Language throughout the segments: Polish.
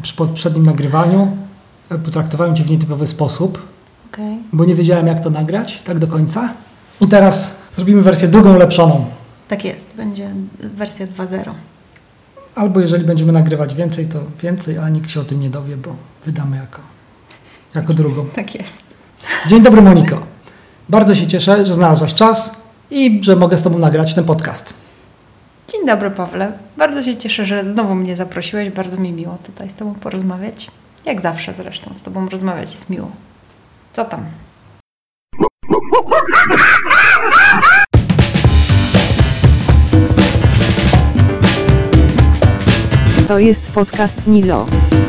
przy poprzednim nagrywaniu potraktowałem Cię w nietypowy sposób, bo nie wiedziałem, jak to nagrać tak do końca. I teraz zrobimy wersję drugą, ulepszoną. Tak jest, będzie wersja 2.0. Albo jeżeli będziemy nagrywać więcej, to więcej, a nikt się o tym nie dowie, bo wydamy jako drugą. Tak jest. Dzień dobry, Moniko. Bardzo się cieszę, że znalazłaś czas i że mogę z Tobą nagrać ten podcast. Dzień dobry, Pawle. Bardzo się cieszę, że znowu mnie zaprosiłeś. Bardzo mi miło tutaj z Tobą porozmawiać. Jak zawsze zresztą z Tobą rozmawiać jest miło. Co tam? To jest podcast Nilo.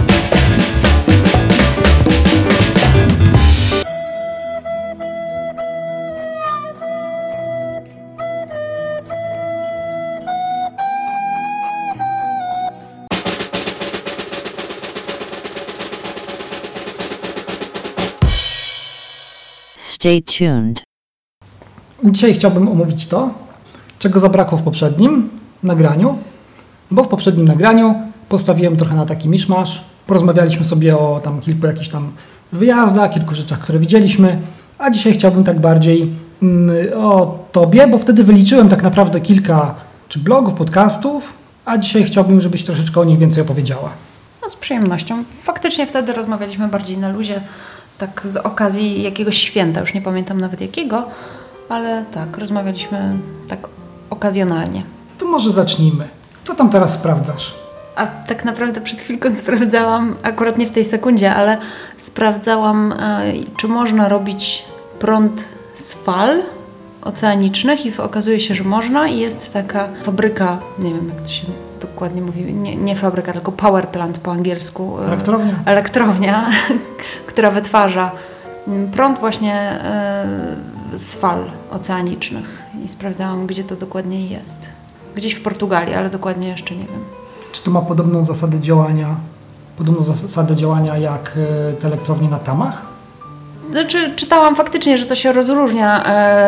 Stay tuned. Dzisiaj chciałbym omówić to, czego zabrakło w poprzednim nagraniu, bo w poprzednim nagraniu postawiłem trochę na taki miszmasz. Porozmawialiśmy sobie o tam kilku jakichś tam wyjazdach, kilku rzeczach, które widzieliśmy, a dzisiaj chciałbym tak bardziej o Tobie, bo wtedy wyliczyłem tak naprawdę kilka czy blogów, podcastów, a dzisiaj chciałbym, żebyś troszeczkę o nich więcej opowiedziała. No z przyjemnością. Faktycznie wtedy rozmawialiśmy bardziej na luzie, tak z okazji jakiegoś święta, już nie pamiętam nawet jakiego, ale tak, rozmawialiśmy tak okazjonalnie. To może zacznijmy. Co tam teraz sprawdzasz? A tak naprawdę przed chwilką sprawdzałam, akurat nie w tej sekundzie, ale sprawdzałam, czy można robić prąd z fal oceanicznych i okazuje się, że można i jest taka fabryka, nie wiem jak to się dokładnie mówi, nie fabryka, tylko power plant po angielsku. Elektrownia, która wytwarza prąd właśnie z fal oceanicznych i sprawdzałam, gdzie to dokładnie jest. Gdzieś w Portugalii, ale dokładnie jeszcze nie wiem. Czy to ma podobną zasadę działania jak te elektrownie na Tamach? Znaczy, czytałam faktycznie, że to się rozróżnia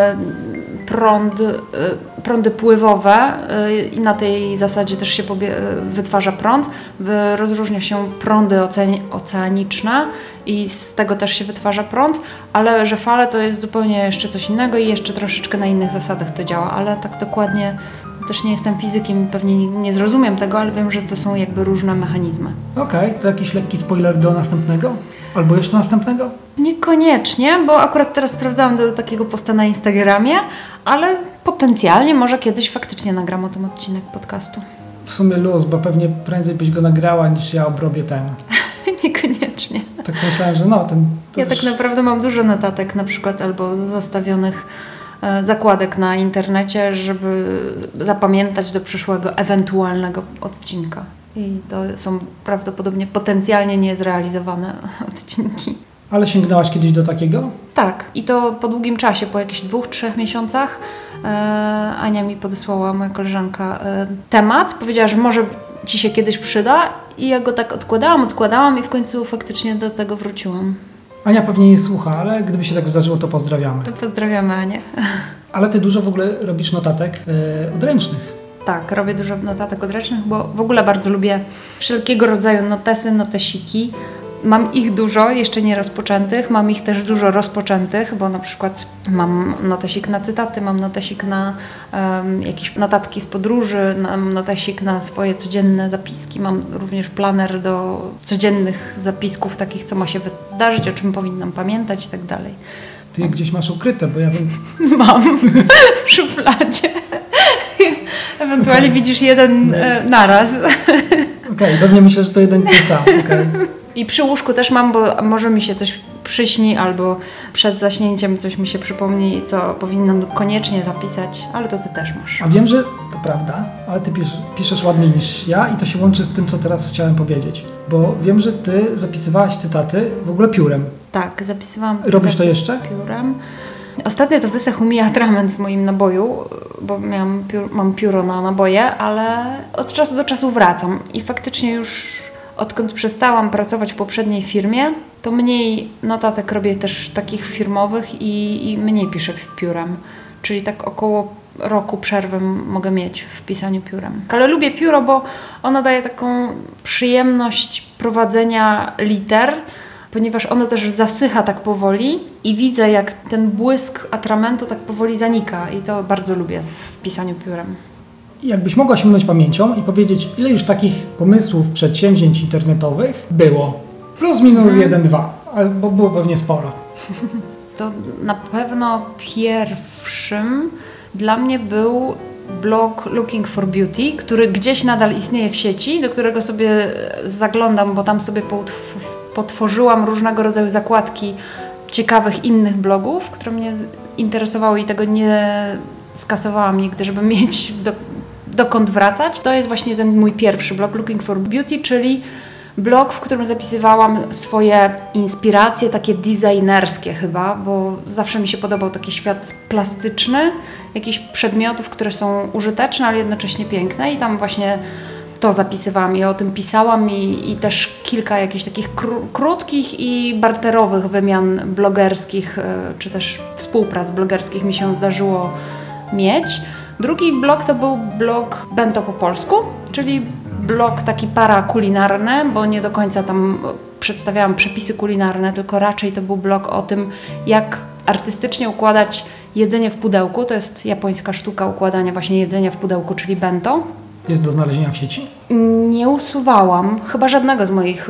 prądy pływowe i na tej zasadzie też się wytwarza prąd. Rozróżnia się prądy oceaniczne i z tego też się wytwarza prąd, ale że fale to jest zupełnie jeszcze coś innego i jeszcze troszeczkę na innych zasadach to działa, ale tak dokładnie też nie jestem fizykiem, pewnie nie zrozumiem tego, ale wiem, że to są jakby różne mechanizmy. Okej, to jakiś lekki spoiler do następnego? Albo jeszcze następnego? Niekoniecznie, bo akurat teraz sprawdzałam do takiego posta na Instagramie, ale potencjalnie może kiedyś faktycznie nagram o tym odcinek podcastu. W sumie luz, bo pewnie prędzej byś go nagrała, niż ja obrobię ten. Niekoniecznie. Tak myślałem, że Ja tak naprawdę mam dużo notatek na przykład albo zostawionych zakładek na internecie, żeby zapamiętać do przyszłego ewentualnego odcinka. I to są prawdopodobnie potencjalnie niezrealizowane odcinki. Ale sięgnęłaś kiedyś do takiego? Tak. I to po długim czasie, po jakichś 2-3 miesiącach Ania mi podesłała, moja koleżanka, temat. Powiedziała, że może Ci się kiedyś przyda i ja go tak odkładałam i w końcu faktycznie do tego wróciłam. Ania pewnie nie słucha, ale gdyby się tak zdarzyło, to pozdrawiamy. To pozdrawiamy Anię. Ale Ty dużo w ogóle robisz notatek odręcznych. Tak, robię dużo notatek odręcznych, bo w ogóle bardzo lubię wszelkiego rodzaju notesy, notesiki. Mam ich dużo, jeszcze nie rozpoczętych, mam ich też dużo rozpoczętych, bo na przykład mam notesik na cytaty, mam notesik na jakieś notatki z podróży, mam notesik na swoje codzienne zapiski, mam również planer do codziennych zapisków, takich co ma się zdarzyć, o czym powinnam pamiętać i tak dalej. Ty je gdzieś masz ukryte, bo ja bym... Mam w szufladzie. Ewentualnie widzisz jeden naraz. Okej, pewnie myślę, że to jeden ten sam. Okay. I przy łóżku też mam, bo może mi się coś przyśni albo przed zaśnięciem coś mi się przypomni, co powinnam koniecznie zapisać, ale to Ty też masz. A wiem, że to prawda, ale Ty piszesz ładniej niż ja i to się łączy z tym, co teraz chciałem powiedzieć. Bo wiem, że Ty zapisywałaś cytaty w ogóle piórem. Tak, zapisywałam cytaty. Robisz to jeszcze? Piórem. Ostatnio to wysechł mi atrament w moim naboju, bo mam pióro na naboje, ale od czasu do czasu wracam i faktycznie już odkąd przestałam pracować w poprzedniej firmie, to mniej notatek robię też takich firmowych i mniej piszę piórem. Czyli tak około roku przerwy mogę mieć w pisaniu piórem. Ale lubię pióro, bo ono daje taką przyjemność prowadzenia liter, ponieważ ono też zasycha tak powoli i widzę, jak ten błysk atramentu tak powoli zanika i to bardzo lubię w pisaniu piórem. Jakbyś mogła sięgnąć pamięcią i powiedzieć, ile już takich pomysłów, przedsięwzięć internetowych było? Plus, minus 1, 2, bo było pewnie sporo. To na pewno pierwszym dla mnie był blog Looking for Beauty, który gdzieś nadal istnieje w sieci, do którego sobie zaglądam, bo tam sobie potworzyłam różnego rodzaju zakładki ciekawych innych blogów, które mnie interesowały i tego nie skasowałam nigdy, żeby mieć dokąd wracać. To jest właśnie ten mój pierwszy blog Looking for Beauty, czyli blog, w którym zapisywałam swoje inspiracje, takie designerskie chyba, bo zawsze mi się podobał taki świat plastyczny, jakichś przedmiotów, które są użyteczne, ale jednocześnie piękne i tam właśnie to zapisywałam i o tym pisałam i też kilka jakichś takich krótkich i barterowych wymian blogerskich, czy też współprac blogerskich mi się zdarzyło mieć. Drugi blog to był blog Bento po polsku, czyli blog taki parakulinarny, bo nie do końca tam przedstawiałam przepisy kulinarne, tylko raczej to był blog o tym, jak artystycznie układać jedzenie w pudełku. To jest japońska sztuka układania właśnie jedzenia w pudełku, czyli bento. Jest do znalezienia w sieci? Nie usuwałam, chyba żadnego z moich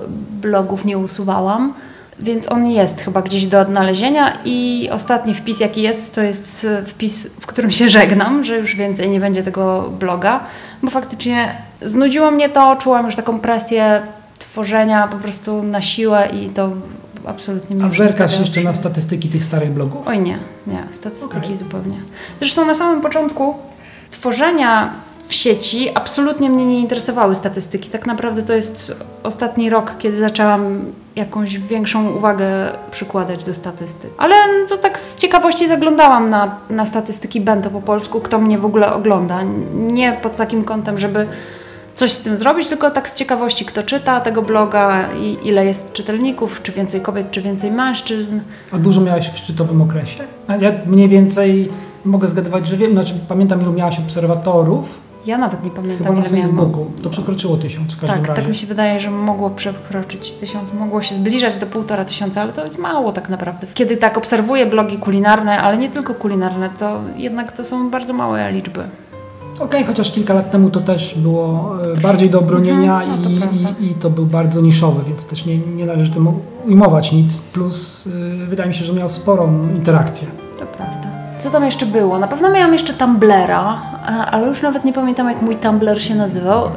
blogów nie usuwałam, więc on jest chyba gdzieś do odnalezienia i ostatni wpis jaki jest, to jest wpis, w którym się żegnam, że już więcej nie będzie tego bloga, bo faktycznie znudziło mnie to, czułam już taką presję tworzenia po prostu na siłę i to absolutnie mnie. A zerkasz jeszcze na statystyki tych starych blogów? Oj nie, statystyki zupełnie. Zresztą na samym początku tworzenia w sieci absolutnie mnie nie interesowały statystyki. Tak naprawdę to jest ostatni rok, kiedy zaczęłam jakąś większą uwagę przykładać do statystyk. Ale to tak z ciekawości zaglądałam na statystyki Bento po polsku, kto mnie w ogóle ogląda. Nie pod takim kątem, żeby coś z tym zrobić, tylko tak z ciekawości, kto czyta tego bloga i ile jest czytelników, czy więcej kobiet, czy więcej mężczyzn. A dużo miałaś w szczytowym okresie? Ja mniej więcej mogę zgadywać, że wiem, pamiętam ilu miałaś obserwatorów. Ja nawet nie pamiętam, chyba na ile miałam. Facebooku. To przekroczyło 1000 w każdym razie. Tak mi się wydaje, że mogło przekroczyć 1000, mogło się zbliżać do 1500, ale to jest mało tak naprawdę. Kiedy tak obserwuję blogi kulinarne, ale nie tylko kulinarne, to jednak to są bardzo małe liczby. Okej, chociaż kilka lat temu to też było bardziej do obronienia i to był bardzo niszowy, więc też nie należy temu ujmować nic. Plus wydaje mi się, że miał sporą interakcję. To prawda. Co tam jeszcze było? Na pewno miałam jeszcze Tumblera, ale już nawet nie pamiętam, jak mój Tumblr się nazywał.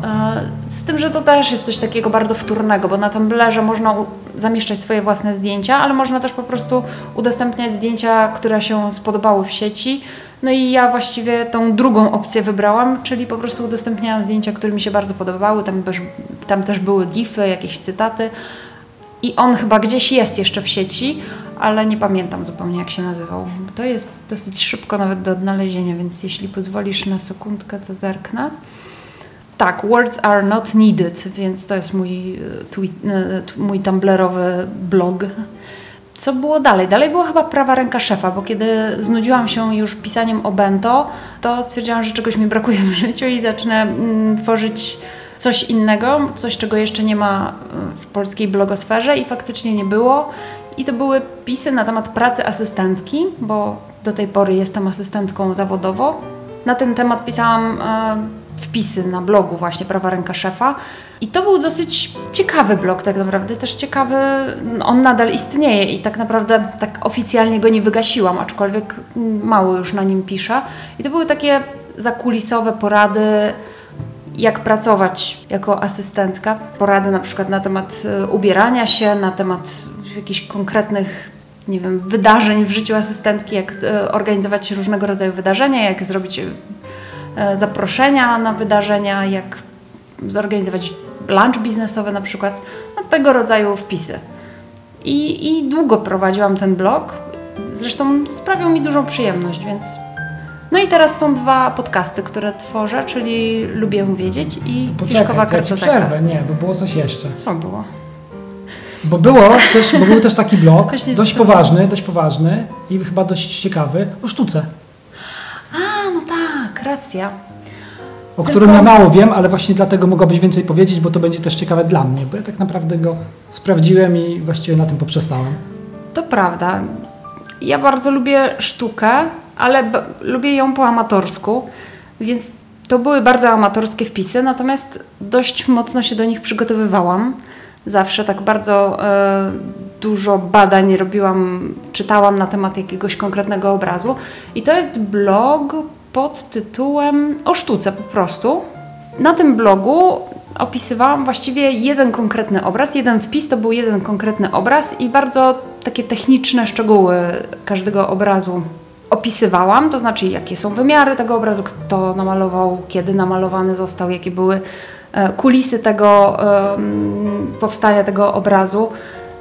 Z tym, że to też jest coś takiego bardzo wtórnego, bo na Tumblerze można zamieszczać swoje własne zdjęcia, ale można też po prostu udostępniać zdjęcia, które się spodobały w sieci. No i ja właściwie tą drugą opcję wybrałam, czyli po prostu udostępniałam zdjęcia, które mi się bardzo podobały. Tam też były gify, jakieś cytaty. I on chyba gdzieś jest jeszcze w sieci, ale nie pamiętam zupełnie, jak się nazywał. To jest dosyć szybko nawet do odnalezienia, więc jeśli pozwolisz na sekundkę, to zerknę. Tak, Words Are Not Needed, więc to jest mój tumblerowy blog. Co było dalej? Dalej była chyba prawa ręka szefa, bo kiedy znudziłam się już pisaniem o bento, to stwierdziłam, że czegoś mi brakuje w życiu i zacznę tworzyć coś innego, coś, czego jeszcze nie ma w polskiej blogosferze i faktycznie nie było. I to były pisy na temat pracy asystentki, bo do tej pory jestem asystentką zawodowo. Na ten temat pisałam wpisy na blogu właśnie Prawa ręka szefa. I to był dosyć ciekawy blog tak naprawdę, też ciekawy, on nadal istnieje i tak naprawdę tak oficjalnie go nie wygasiłam, aczkolwiek mało już na nim piszę. I to były takie zakulisowe porady, jak pracować jako asystentka. Porady na przykład na temat ubierania się, na temat jakichś konkretnych, nie wiem, wydarzeń w życiu asystentki, jak organizować różnego rodzaju wydarzenia, jak zrobić zaproszenia na wydarzenia, jak zorganizować lunch biznesowy na przykład, no, tego rodzaju wpisy. I długo prowadziłam ten blog, zresztą sprawiał mi dużą przyjemność, więc... No i teraz są 2 podcasty, które tworzę, czyli Lubię wiedzieć i Fiszkowa kartoteka. Przerwę, nie, bo było coś jeszcze. Co było? Bo był też taki blog, dość poważny i chyba dość ciekawy, o sztuce. No racja. O którym ja mało wiem, ale właśnie dlatego mogłabyś więcej powiedzieć, bo to będzie też ciekawe dla mnie, bo ja tak naprawdę go sprawdziłem i właściwie na tym poprzestałem. To prawda. Ja bardzo lubię sztukę, ale lubię ją po amatorsku, więc to były bardzo amatorskie wpisy, natomiast dość mocno się do nich przygotowywałam. Zawsze tak bardzo dużo badań robiłam, czytałam na temat jakiegoś konkretnego obrazu. I to jest blog pod tytułem o sztuce po prostu. Na tym blogu opisywałam właściwie jeden konkretny obraz, jeden wpis to był jeden konkretny obraz i bardzo takie techniczne szczegóły każdego obrazu opisywałam, to znaczy jakie są wymiary tego obrazu, kto namalował, kiedy namalowany został, jakie były kulisy tego powstania tego obrazu,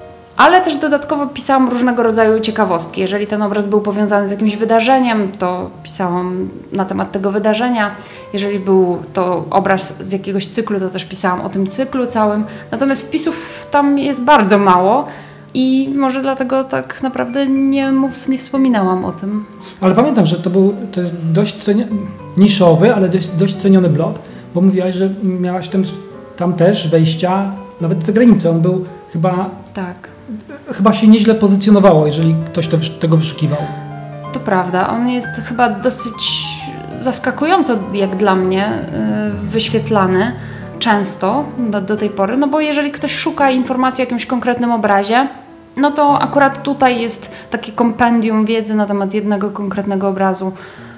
ale też dodatkowo pisałam różnego rodzaju ciekawostki. Jeżeli ten obraz był powiązany z jakimś wydarzeniem, to pisałam na temat tego wydarzenia. Jeżeli był to obraz z jakiegoś cyklu, to też pisałam o tym cyklu całym. Natomiast wpisów tam jest bardzo mało i może dlatego tak naprawdę nie wspominałam o tym. Ale pamiętam, że to jest dość niszowy, ale dość ceniony blog, bo mówiłaś, że miałaś tam też wejścia nawet za granicę. On był chyba... Tak. Chyba się nieźle pozycjonowało, jeżeli ktoś tego wyszukiwał. To prawda. On jest chyba dosyć zaskakująco, jak dla mnie, wyświetlany często do tej pory, no bo jeżeli ktoś szuka informacji o jakimś konkretnym obrazie, no to akurat tutaj jest takie kompendium wiedzy na temat jednego konkretnego obrazu,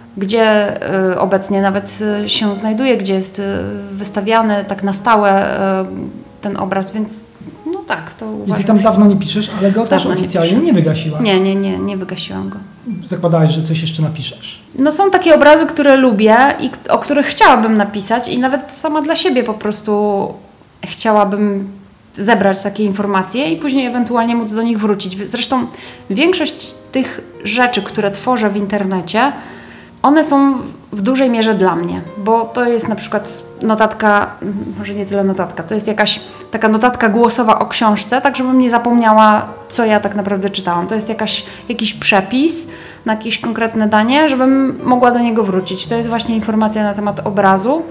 gdzie obecnie nawet się znajduje, gdzie jest wystawiany tak na stałe ten obraz, więc no tak, to uważam. I ty tam dawno nie piszesz, ale go też oficjalnie nie wygasiłaś. Nie wygasiłam go. Zakładałaś, że coś jeszcze napiszesz. No są takie obrazy, które lubię i o których chciałabym napisać i nawet sama dla siebie po prostu chciałabym zebrać takie informacje i później ewentualnie móc do nich wrócić. Zresztą większość tych rzeczy, które tworzę w internecie, one są w dużej mierze dla mnie, bo to jest na przykład notatka, może nie tyle notatka, to jest jakaś taka notatka głosowa o książce, tak żebym nie zapomniała, co ja tak naprawdę czytałam. To jest jakiś przepis na jakieś konkretne danie, żebym mogła do niego wrócić. To jest właśnie informacja na temat obrazu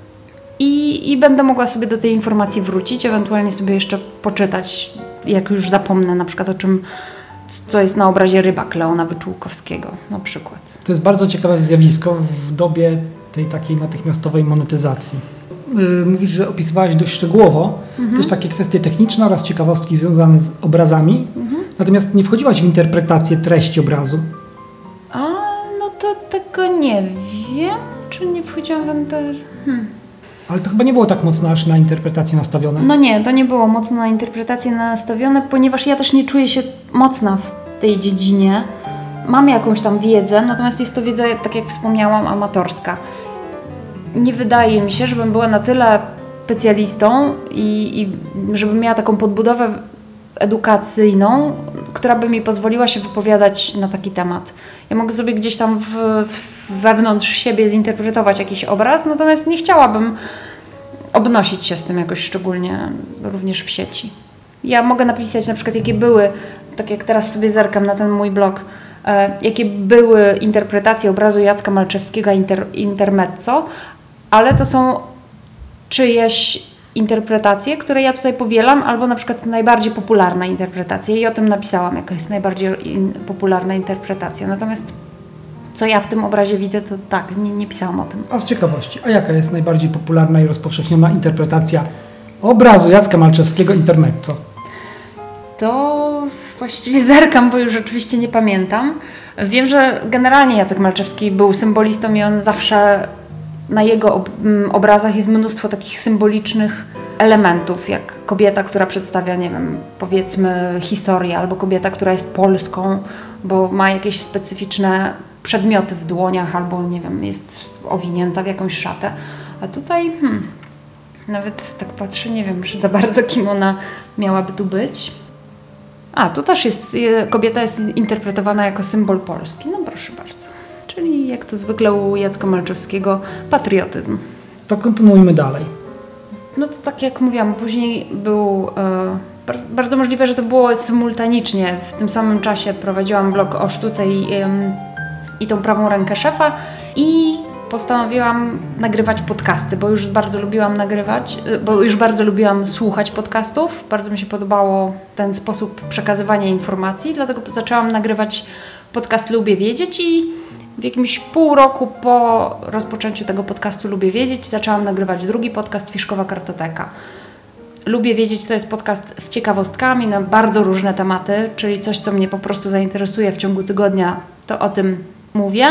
i będę mogła sobie do tej informacji wrócić, ewentualnie sobie jeszcze poczytać, jak już zapomnę na przykład o czym, co jest na obrazie Rybak Leona Wyczółkowskiego na przykład. To jest bardzo ciekawe zjawisko w dobie tej takiej natychmiastowej monetyzacji. Mówisz, że opisywałaś dość szczegółowo też takie kwestie techniczne oraz ciekawostki związane z obrazami, natomiast nie wchodziłaś w interpretację treści obrazu. No to tego nie wiem, czy nie wchodziłam w Ale to chyba nie było tak mocno aż na interpretację nastawione. No nie, to nie było mocno na interpretację nastawione, ponieważ ja też nie czuję się mocna w tej dziedzinie. Mam jakąś tam wiedzę, natomiast jest to wiedza, tak jak wspomniałam, amatorska. Nie wydaje mi się, żebym była na tyle specjalistą i żebym miała taką podbudowę edukacyjną, która by mi pozwoliła się wypowiadać na taki temat. Ja mogę sobie gdzieś tam wewnątrz siebie zinterpretować jakiś obraz, natomiast nie chciałabym obnosić się z tym jakoś szczególnie, również w sieci. Ja mogę napisać na przykład, jakie były, tak jak teraz sobie zerkam na ten mój blog, jakie były interpretacje obrazu Jacka Malczewskiego Intermezzo, ale to są czyjeś interpretacje, które ja tutaj powielam, albo na przykład najbardziej popularna interpretacja i o tym napisałam, jaka jest najbardziej popularna interpretacja. Natomiast co ja w tym obrazie widzę, to tak, nie pisałam o tym. A z ciekawości, a jaka jest najbardziej popularna i rozpowszechniona interpretacja obrazu Jacka Malczewskiego Intermezzo? To właściwie zerkam, bo już rzeczywiście nie pamiętam. Wiem, że generalnie Jacek Malczewski był symbolistą i on zawsze na jego obrazach jest mnóstwo takich symbolicznych elementów, jak kobieta, która przedstawia, nie wiem, powiedzmy historię, albo kobieta, która jest Polską, bo ma jakieś specyficzne przedmioty w dłoniach, albo nie wiem, jest owinięta w jakąś szatę. A tutaj nawet tak patrzę, nie wiem, że za bardzo kim ona miałaby tu być. Tu też jest, kobieta jest interpretowana jako symbol Polski. No proszę bardzo. Czyli jak to zwykle u Jacka Malczewskiego, patriotyzm. To kontynuujmy dalej. No to tak jak mówiłam, później był, bardzo możliwe, że to było symultanicznie. W tym samym czasie prowadziłam blog o sztuce i tą prawą rękę szefa i postanowiłam nagrywać podcasty, bo już bardzo lubiłam słuchać podcastów. Bardzo mi się podobało ten sposób przekazywania informacji, dlatego zaczęłam nagrywać podcast Lubię Wiedzieć i w jakimś pół roku po rozpoczęciu tego podcastu Lubię Wiedzieć zaczęłam nagrywać drugi podcast Fiszkowa Kartoteka. Lubię Wiedzieć to jest podcast z ciekawostkami na bardzo różne tematy, czyli coś, co mnie po prostu zainteresuje w ciągu tygodnia, to o tym mówię.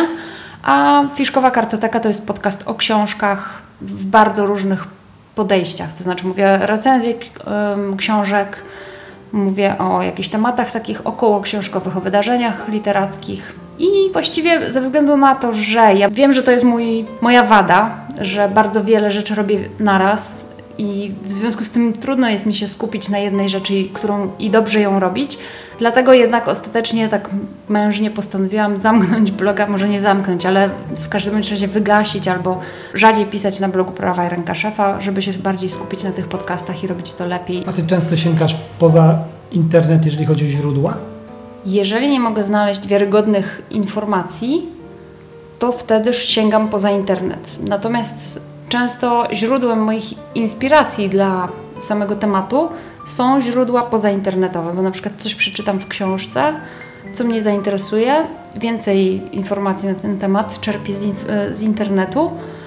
A Fiszkowa Kartoteka to jest podcast o książkach w bardzo różnych podejściach. To znaczy mówię o recenzji książek, mówię o jakichś tematach takich około książkowych, o wydarzeniach literackich. I właściwie ze względu na to, że ja wiem, że to jest moja wada, że bardzo wiele rzeczy robię naraz i w związku z tym trudno jest mi się skupić na jednej rzeczy, i dobrze ją robić. Dlatego jednak ostatecznie tak mężnie postanowiłam zamknąć bloga, może nie zamknąć, ale w każdym razie wygasić albo rzadziej pisać na blogu Prawa i Ręka Szefa, żeby się bardziej skupić na tych podcastach i robić to lepiej. A ty często sięgasz poza internet, jeżeli chodzi o źródła? Jeżeli nie mogę znaleźć wiarygodnych informacji, to wtedy sięgam poza internet. Natomiast często źródłem moich inspiracji dla samego tematu są źródła pozainternetowe, bo na przykład coś przeczytam w książce, co mnie zainteresuje, więcej informacji na ten temat czerpię z internetu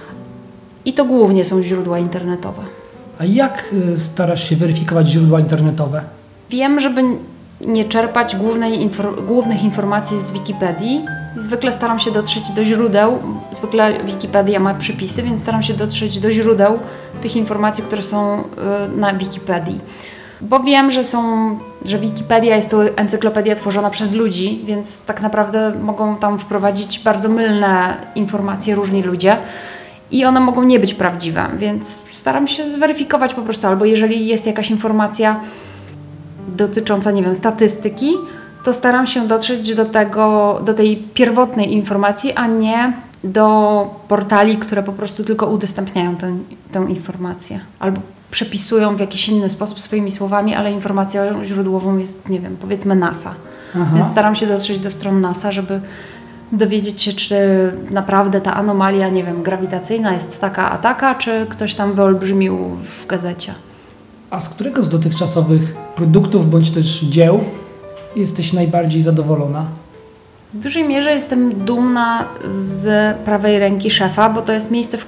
i to głównie są źródła internetowe. A jak starasz się weryfikować źródła internetowe? Wiem, żeby nie czerpać głównych informacji z Wikipedii. Zwykle staram się dotrzeć do źródeł. Zwykle Wikipedia ma przypisy, więc staram się dotrzeć do źródeł tych informacji, które są na Wikipedii. Bo wiem, że Wikipedia jest to encyklopedia tworzona przez ludzi, więc tak naprawdę mogą tam wprowadzić bardzo mylne informacje różni ludzie i one mogą nie być prawdziwe, więc staram się zweryfikować po prostu, albo jeżeli jest jakaś informacja dotycząca, nie wiem, statystyki, to staram się dotrzeć do tej pierwotnej informacji, a nie do portali, które po prostu tylko udostępniają tę informację. Albo przepisują w jakiś inny sposób swoimi słowami, ale informacją źródłową jest, nie wiem, powiedzmy NASA. Aha. Więc staram się dotrzeć do stron NASA, żeby dowiedzieć się, czy naprawdę ta anomalia, nie wiem, grawitacyjna jest taka a taka, czy ktoś tam wyolbrzymił w gazecie. A z którego z dotychczasowych produktów bądź też dzieł jesteś najbardziej zadowolona? W dużej mierze jestem dumna z Prawej Ręki Szefa, bo to jest miejsce,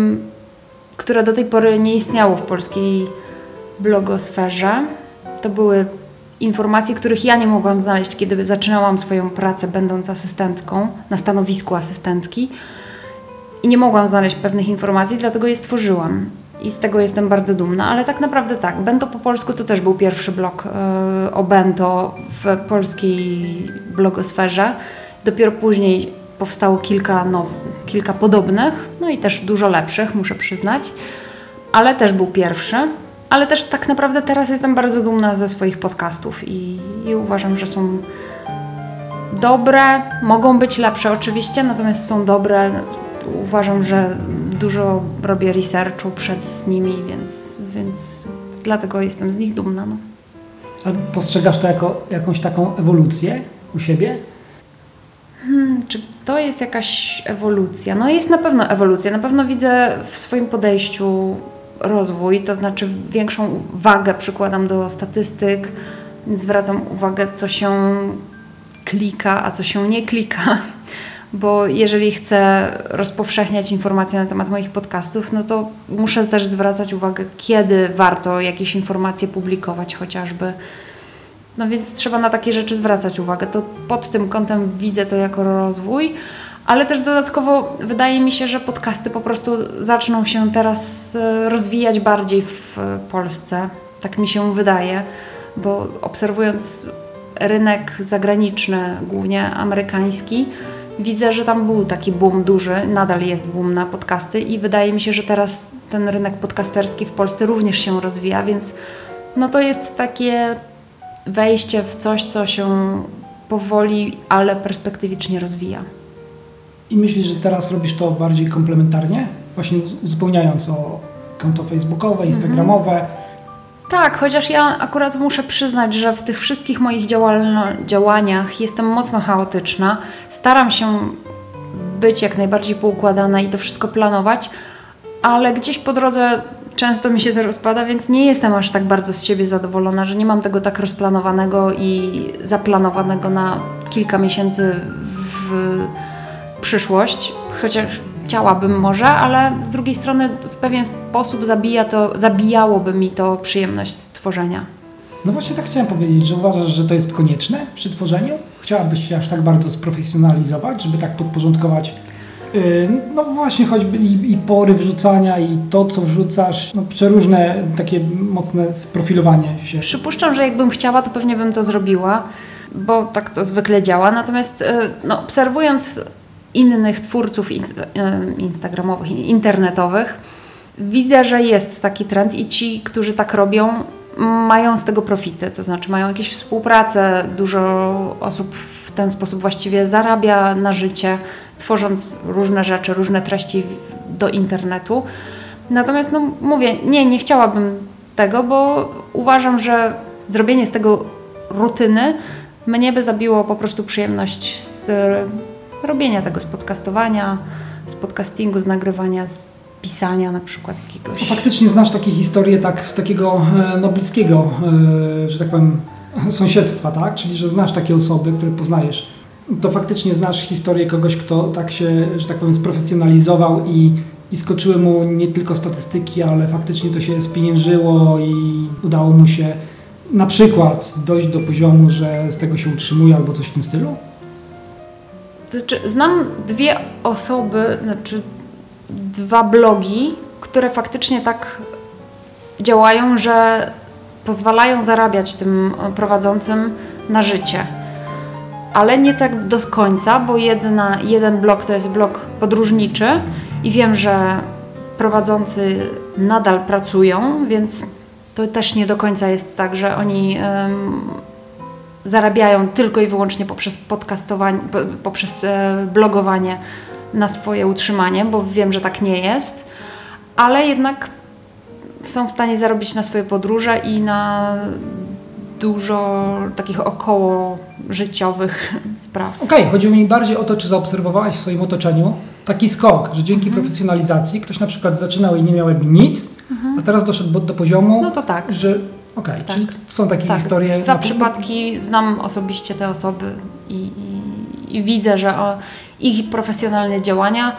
które do tej pory nie istniało w polskiej blogosferze. To były informacje, których ja nie mogłam znaleźć, kiedy zaczynałam swoją pracę, będąc asystentką, na stanowisku asystentki. I nie mogłam znaleźć pewnych informacji, dlatego je stworzyłam. I z tego jestem bardzo dumna, ale tak naprawdę tak. Bento po polsku to też był pierwszy blog o bento w polskiej blogosferze. Dopiero później powstało kilka podobnych, no i też dużo lepszych, muszę przyznać, ale też był pierwszy. Ale też tak naprawdę teraz jestem bardzo dumna ze swoich podcastów i uważam, że są dobre, mogą być lepsze oczywiście, natomiast są dobre. Uważam, że dużo robię researchu przed nimi, więc dlatego jestem z nich dumna. No. A postrzegasz to jako jakąś taką ewolucję u siebie? Czy to jest jakaś ewolucja? No jest na pewno ewolucja. Na pewno widzę w swoim podejściu rozwój, to znaczy większą wagę przykładam do statystyk, zwracam uwagę, co się klika, a co się nie klika. Bo jeżeli chcę rozpowszechniać informacje na temat moich podcastów, no to muszę też zwracać uwagę, kiedy warto jakieś informacje publikować chociażby. No więc trzeba na takie rzeczy zwracać uwagę. To pod tym kątem widzę to jako rozwój, ale też dodatkowo wydaje mi się, że podcasty po prostu zaczną się teraz rozwijać bardziej w Polsce. Tak mi się wydaje, bo obserwując rynek zagraniczny, głównie amerykański, widzę, że tam był taki boom duży, nadal jest boom na podcasty i wydaje mi się, że teraz ten rynek podcasterski w Polsce również się rozwija, więc no to jest takie wejście w coś, co się powoli, ale perspektywicznie rozwija. I myślisz, że teraz robisz to bardziej komplementarnie? Właśnie uzupełniając o konto facebookowe, instagramowe? Tak, chociaż ja akurat muszę przyznać, że w tych wszystkich moich działaniach jestem mocno chaotyczna. Staram się być jak najbardziej poukładana i to wszystko planować, ale gdzieś po drodze często mi się to rozpada, więc nie jestem aż tak bardzo z siebie zadowolona, że nie mam tego tak rozplanowanego i zaplanowanego na kilka miesięcy w przyszłość, chociaż chciałabym może, ale z drugiej strony w pewien sposób zabijałoby mi to przyjemność tworzenia. No właśnie tak chciałem powiedzieć, że uważasz, że to jest konieczne przy tworzeniu? Chciałabyś się aż tak bardzo sprofesjonalizować, żeby tak podporządkować no właśnie choćby i pory wrzucania i to, co wrzucasz, no przeróżne takie mocne sprofilowanie się. Przypuszczam, że jakbym chciała, to pewnie bym to zrobiła, bo tak to zwykle działa. Natomiast no, obserwując innych twórców instagramowych, internetowych, widzę, że jest taki trend i ci, którzy tak robią, mają z tego profity, to znaczy mają jakieś współpracę, dużo osób w ten sposób właściwie zarabia na życie, tworząc różne rzeczy, różne treści do internetu. Natomiast no mówię, nie chciałabym tego, bo uważam, że zrobienie z tego rutyny mnie by zabiło po prostu przyjemność z robienia tego, z podcastowania, z podcastingu, z nagrywania, z pisania na przykład jakiegoś. Faktycznie znasz takie historie tak z takiego no bliskiego, że tak powiem, sąsiedztwa, tak? Czyli, że znasz takie osoby, które poznajesz. To faktycznie znasz historię kogoś, kto tak się, że tak powiem, sprofesjonalizował i skoczyły mu nie tylko statystyki, ale faktycznie to się spieniężyło i udało mu się na przykład dojść do poziomu, że z tego się utrzymuje albo coś w tym stylu? To znaczy, znam dwie osoby, dwa blogi, które faktycznie tak działają, że pozwalają zarabiać tym prowadzącym na życie. Ale nie tak do końca, bo jeden blog to jest blog podróżniczy i wiem, że prowadzący nadal pracują, więc to też nie do końca jest tak, że oni zarabiają tylko i wyłącznie poprzez podcastowanie, poprzez blogowanie na swoje utrzymanie, bo wiem, że tak nie jest, ale jednak są w stanie zarobić na swoje podróże i na dużo takich około życiowych spraw. Okej, chodziło mi bardziej o to, czy zaobserwowałaś w swoim otoczeniu taki skok, że dzięki profesjonalizacji ktoś na przykład zaczynał i nie miał jakby nic, a teraz doszedł do poziomu, no to tak, że tak. Czyli są takie historie. Dwa przypadki, znam osobiście te osoby i widzę, że ich profesjonalne działania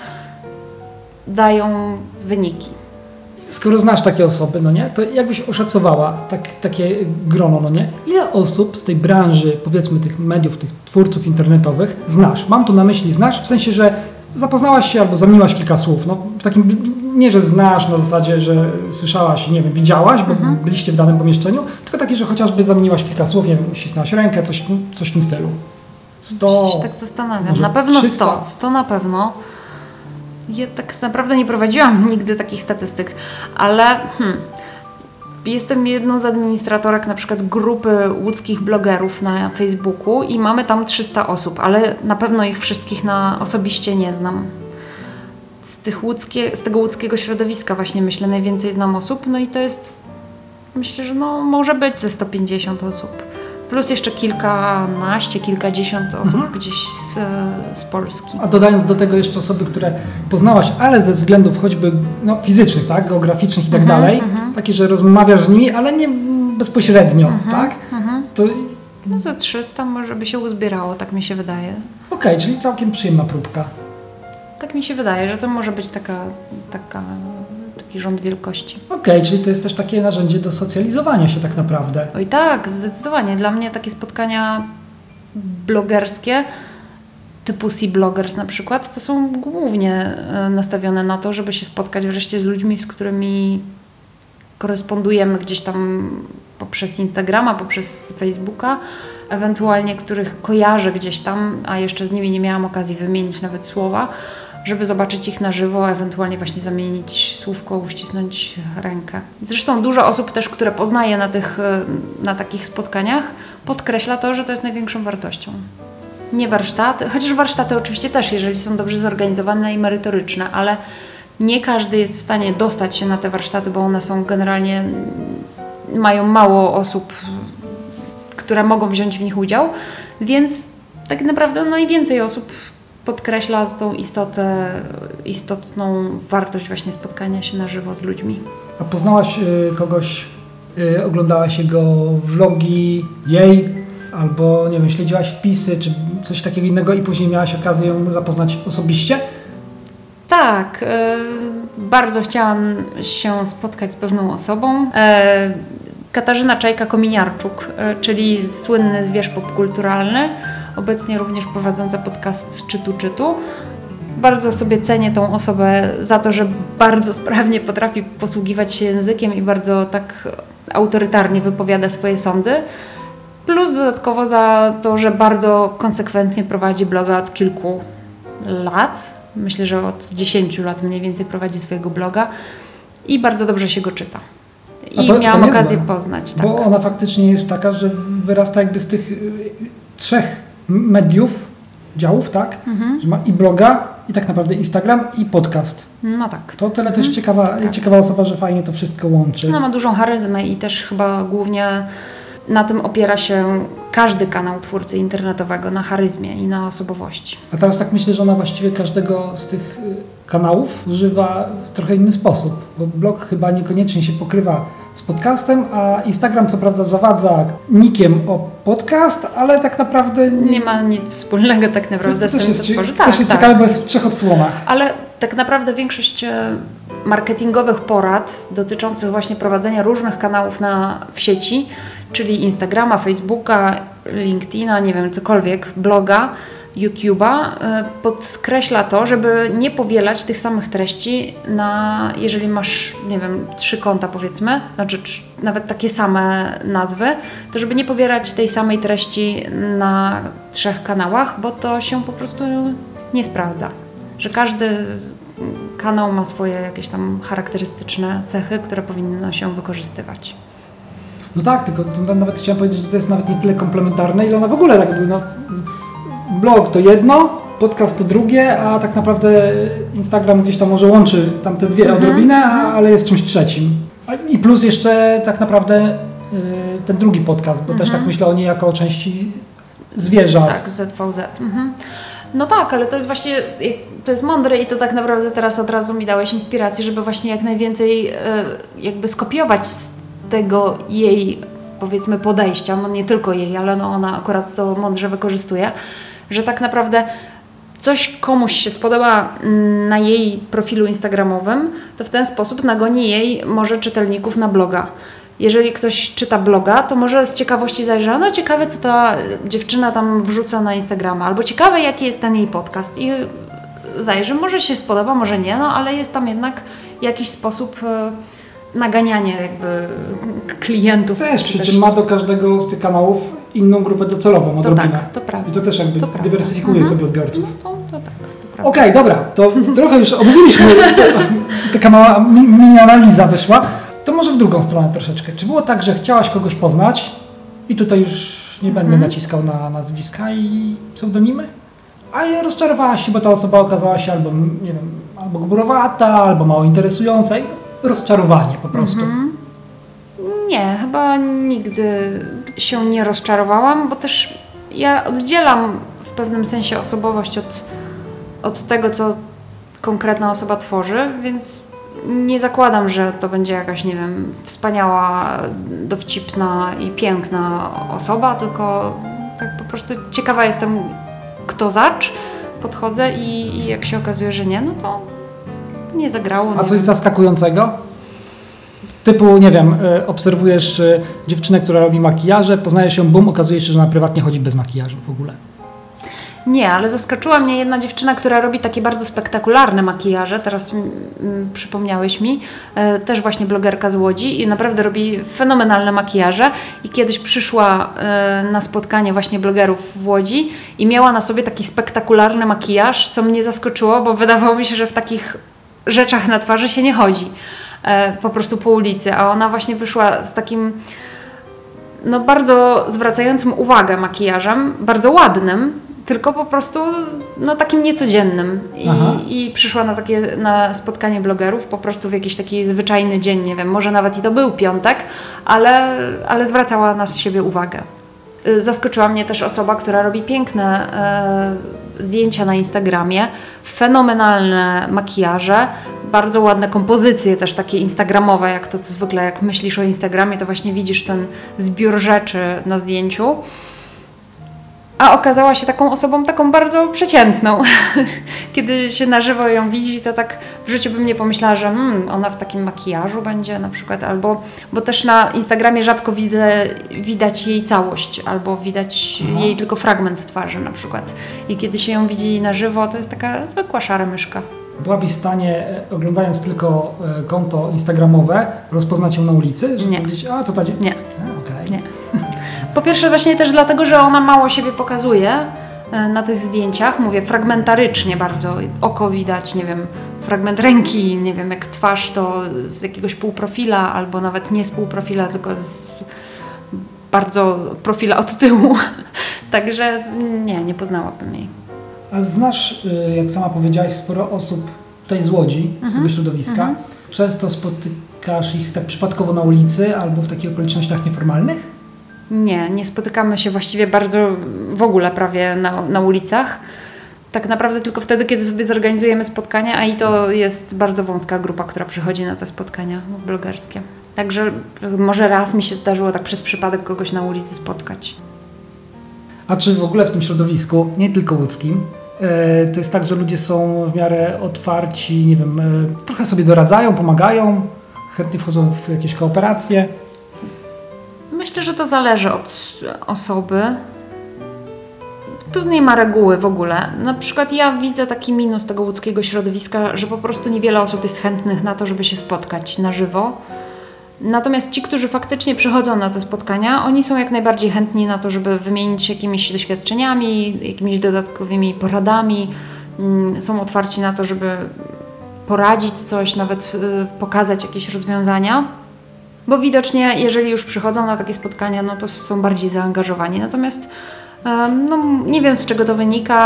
dają wyniki. Skoro znasz takie osoby, no nie, to jakbyś oszacowała takie grono, no nie? Ile osób z tej branży, powiedzmy tych mediów, tych twórców internetowych znasz? Mam tu na myśli znasz, w sensie, że zapoznałaś się albo zamieniłaś kilka słów. No, w takim, nie, że znasz na zasadzie, że słyszałaś, nie wiem, widziałaś, bo byliście w danym pomieszczeniu, tylko takie, że chociażby zamieniłaś kilka słów, nie wiem, ścisnęłaś rękę, coś w tym stylu. 100. Się tak zastanawiam. Na pewno 300. 100 na pewno. Ja tak naprawdę nie prowadziłam nigdy takich statystyk, ale jestem jedną z administratorek na przykład grupy łódzkich blogerów na Facebooku i mamy tam 300 osób, ale na pewno ich wszystkich osobiście nie znam. Z tego łódzkiego środowiska właśnie myślę najwięcej znam osób, no i to jest, myślę, że no może być ze 150 osób. Plus jeszcze kilkanaście, kilkadziesiąt osób gdzieś z Polski. A dodając do tego jeszcze osoby, które poznałaś, ale ze względów choćby fizycznych, tak, geograficznych i tak dalej, takie, że rozmawiasz z nimi, ale nie bezpośrednio, tak? To... No za 300 może by się uzbierało, tak mi się wydaje. Okej, czyli całkiem przyjemna próbka. Tak mi się wydaje, że to może być taki rząd wielkości. Okej, czyli to jest też takie narzędzie do socjalizowania się tak naprawdę. Oj tak, zdecydowanie. Dla mnie takie spotkania blogerskie typu C-bloggers na przykład, to są głównie nastawione na to, żeby się spotkać wreszcie z ludźmi, z którymi korespondujemy gdzieś tam poprzez Instagrama, poprzez Facebooka, ewentualnie których kojarzę gdzieś tam, a jeszcze z nimi nie miałam okazji wymienić nawet słowa, żeby zobaczyć ich na żywo, ewentualnie właśnie zamienić słówko, uścisnąć rękę. Zresztą dużo osób też, które poznaję na takich spotkaniach, podkreśla to, że to jest największą wartością. Nie warsztaty, chociaż warsztaty oczywiście też, jeżeli są dobrze zorganizowane i merytoryczne, ale nie każdy jest w stanie dostać się na te warsztaty, bo one są generalnie, mają mało osób, które mogą wziąć w nich udział, więc tak naprawdę najwięcej osób podkreśla tą istotną wartość właśnie spotkania się na żywo z ludźmi. A poznałaś kogoś, oglądałaś jego vlogi, jej, albo nie wiem, śledziłaś wpisy, czy coś takiego innego i później miałaś okazję ją zapoznać osobiście? Tak, bardzo chciałam się spotkać z pewną osobą. Katarzyna Czajka-Kominiarczuk, czyli słynny zwierz popkulturalny, obecnie również prowadząca podcast Czytu. Bardzo sobie cenię tą osobę za to, że bardzo sprawnie potrafi posługiwać się językiem i bardzo tak autorytarnie wypowiada swoje sądy. Plus dodatkowo za to, że bardzo konsekwentnie prowadzi bloga od kilku lat. Myślę, że od 10 lat mniej więcej prowadzi swojego bloga i bardzo dobrze się go czyta. I miałam okazję poznać. Tak. Bo ona faktycznie jest taka, że wyrasta jakby z tych 3 mediów, działów, tak? Że ma i bloga, i tak naprawdę Instagram, i podcast. No tak. To tyle też ciekawa osoba, że fajnie to wszystko łączy. Ona ma dużą charyzmę i też chyba głównie na tym opiera się każdy kanał twórcy internetowego, na charyzmie i na osobowości. A teraz tak myślę, że ona właściwie każdego z tych kanałów używa w trochę inny sposób, bo blog chyba niekoniecznie się pokrywa z podcastem, a Instagram co prawda zawadza nickiem o podcast, ale tak naprawdę nie ma nic wspólnego tak naprawdę z tym, co tworzy. To też jest ciekawe, bo jest w 3 odsłonach. Ale tak naprawdę większość marketingowych porad dotyczących właśnie prowadzenia różnych kanałów w sieci, czyli Instagrama, Facebooka, LinkedIna, nie wiem, cokolwiek, bloga, YouTube'a, podkreśla to, żeby nie powielać tych samych treści jeżeli masz, nie wiem, 3 konta powiedzmy, znaczy nawet takie same nazwy, to żeby nie powielać tej samej treści na 3 kanałach, bo to się po prostu nie sprawdza. Że każdy kanał ma swoje jakieś tam charakterystyczne cechy, które powinno się wykorzystywać. No tak, tylko nawet chciałem powiedzieć, że to jest nawet nie tyle komplementarne, ile ona w ogóle jakby, blog to jedno, podcast to drugie, a tak naprawdę Instagram gdzieś tam może łączy tam te dwie odrobinę, ale jest czymś trzecim. I plus jeszcze tak naprawdę ten drugi podcast, bo też tak myślę o niej jako o części zwierza. Tak, ZVZ. No tak, ale to jest właśnie, to jest mądre i to tak naprawdę teraz od razu mi dałeś inspirację, żeby właśnie jak najwięcej jakby skopiować z tego jej, powiedzmy, podejścia, no nie tylko jej, ale ona akurat to mądrze wykorzystuje, że tak naprawdę coś komuś się spodoba na jej profilu instagramowym, to w ten sposób nagoni jej może czytelników na bloga. Jeżeli ktoś czyta bloga, to może z ciekawości zajrzy, no ciekawe, co ta dziewczyna tam wrzuca na Instagrama, albo ciekawe, jaki jest ten jej podcast i zajrzy, może się spodoba, może nie, no ale jest tam jednak jakiś sposób naganiania jakby klientów. Przy czym ma do każdego z tych kanałów inną grupę docelową, odrobinę. Tak, to prawda. I to też jakby dywersyfikuje sobie odbiorców. No to tak, to prawda. Okej, dobra, to trochę już omówiliśmy, taka mała mini-analiza wyszła. To może w drugą stronę troszeczkę. Czy było tak, że chciałaś kogoś poznać i tutaj już nie będę naciskał na nazwiska i pseudonimy, a rozczarowałaś się, bo ta osoba okazała się albo, nie wiem, albo gburowata, albo mało interesująca i rozczarowanie po prostu. Nie, chyba nigdy się nie rozczarowałam, bo też ja oddzielam w pewnym sensie osobowość od tego, co konkretna osoba tworzy, więc nie zakładam, że to będzie jakaś, nie wiem, wspaniała, dowcipna i piękna osoba, tylko tak po prostu ciekawa jestem, kto zacz, podchodzę i jak się okazuje, że nie, no to nie zagrało. A coś zaskakującego? Typu, nie wiem, obserwujesz dziewczynę, która robi makijaże, poznajesz ją, bum, okazuje się, że ona prywatnie chodzi bez makijażu w ogóle. Nie, ale zaskoczyła mnie jedna dziewczyna, która robi takie bardzo spektakularne makijaże, teraz przypomniałeś mi, też właśnie blogerka z Łodzi i naprawdę robi fenomenalne makijaże i kiedyś przyszła na spotkanie właśnie blogerów w Łodzi i miała na sobie taki spektakularny makijaż, co mnie zaskoczyło, bo wydawało mi się, że w takich rzeczach na twarzy się nie chodzi, po prostu po ulicy, a ona właśnie wyszła z takim no bardzo zwracającym uwagę makijażem, bardzo ładnym, tylko po prostu no, takim niecodziennym. I przyszła na spotkanie blogerów po prostu w jakiś taki zwyczajny dzień, nie wiem, może nawet i to był piątek, ale zwracała na siebie uwagę. Zaskoczyła mnie też osoba, która robi piękne zdjęcia na Instagramie, fenomenalne makijaże, bardzo ładne kompozycje też takie instagramowe, jak to zwykle jak myślisz o Instagramie, to właśnie widzisz ten zbiór rzeczy na zdjęciu. A okazała się taką osobą taką bardzo przeciętną. Kiedy się na żywo ją widzi, to tak w życiu bym nie pomyślała, że ona w takim makijażu będzie na przykład, albo, bo też na Instagramie rzadko widać jej całość, albo widać jej tylko fragment twarzy na przykład. I kiedy się ją widzi na żywo, to jest taka zwykła szara myszka. Byłabyś w stanie, oglądając tylko konto instagramowe, rozpoznać ją na ulicy? Żeby powiedzieć, a to ta... Nie. Okay. Nie. Po pierwsze właśnie też dlatego, że ona mało siebie pokazuje na tych zdjęciach. Mówię fragmentarycznie bardzo. Oko widać, nie wiem, fragment ręki, nie wiem, jak twarz to z jakiegoś półprofila, albo nawet nie z półprofila, tylko z bardzo profila od tyłu. Także nie poznałabym jej. A znasz, jak sama powiedziałaś, sporo osób tutaj z Łodzi, z tego środowiska. Często spotykasz ich tak przypadkowo na ulicy albo w takich okolicznościach nieformalnych? Nie spotykamy się właściwie bardzo w ogóle prawie na ulicach. Tak naprawdę tylko wtedy, kiedy sobie zorganizujemy spotkania, a i to jest bardzo wąska grupa, która przychodzi na te spotkania blogerskie. Także może raz mi się zdarzyło tak przez przypadek kogoś na ulicy spotkać. A czy w ogóle w tym środowisku, nie tylko łódzkim, to jest tak, że ludzie są w miarę otwarci, nie wiem, trochę sobie doradzają, pomagają, chętnie wchodzą w jakieś kooperacje? Myślę, że to zależy od osoby. Tu nie ma reguły w ogóle. Na przykład ja widzę taki minus tego łódzkiego środowiska, że po prostu niewiele osób jest chętnych na to, żeby się spotkać na żywo. Natomiast ci, którzy faktycznie przychodzą na te spotkania, oni są jak najbardziej chętni na to, żeby wymienić się jakimiś doświadczeniami, jakimiś dodatkowymi poradami. Są otwarci na to, żeby poradzić coś, nawet pokazać jakieś rozwiązania. Bo widocznie, jeżeli już przychodzą na takie spotkania, no to są bardziej zaangażowani. Natomiast nie wiem, z czego to wynika,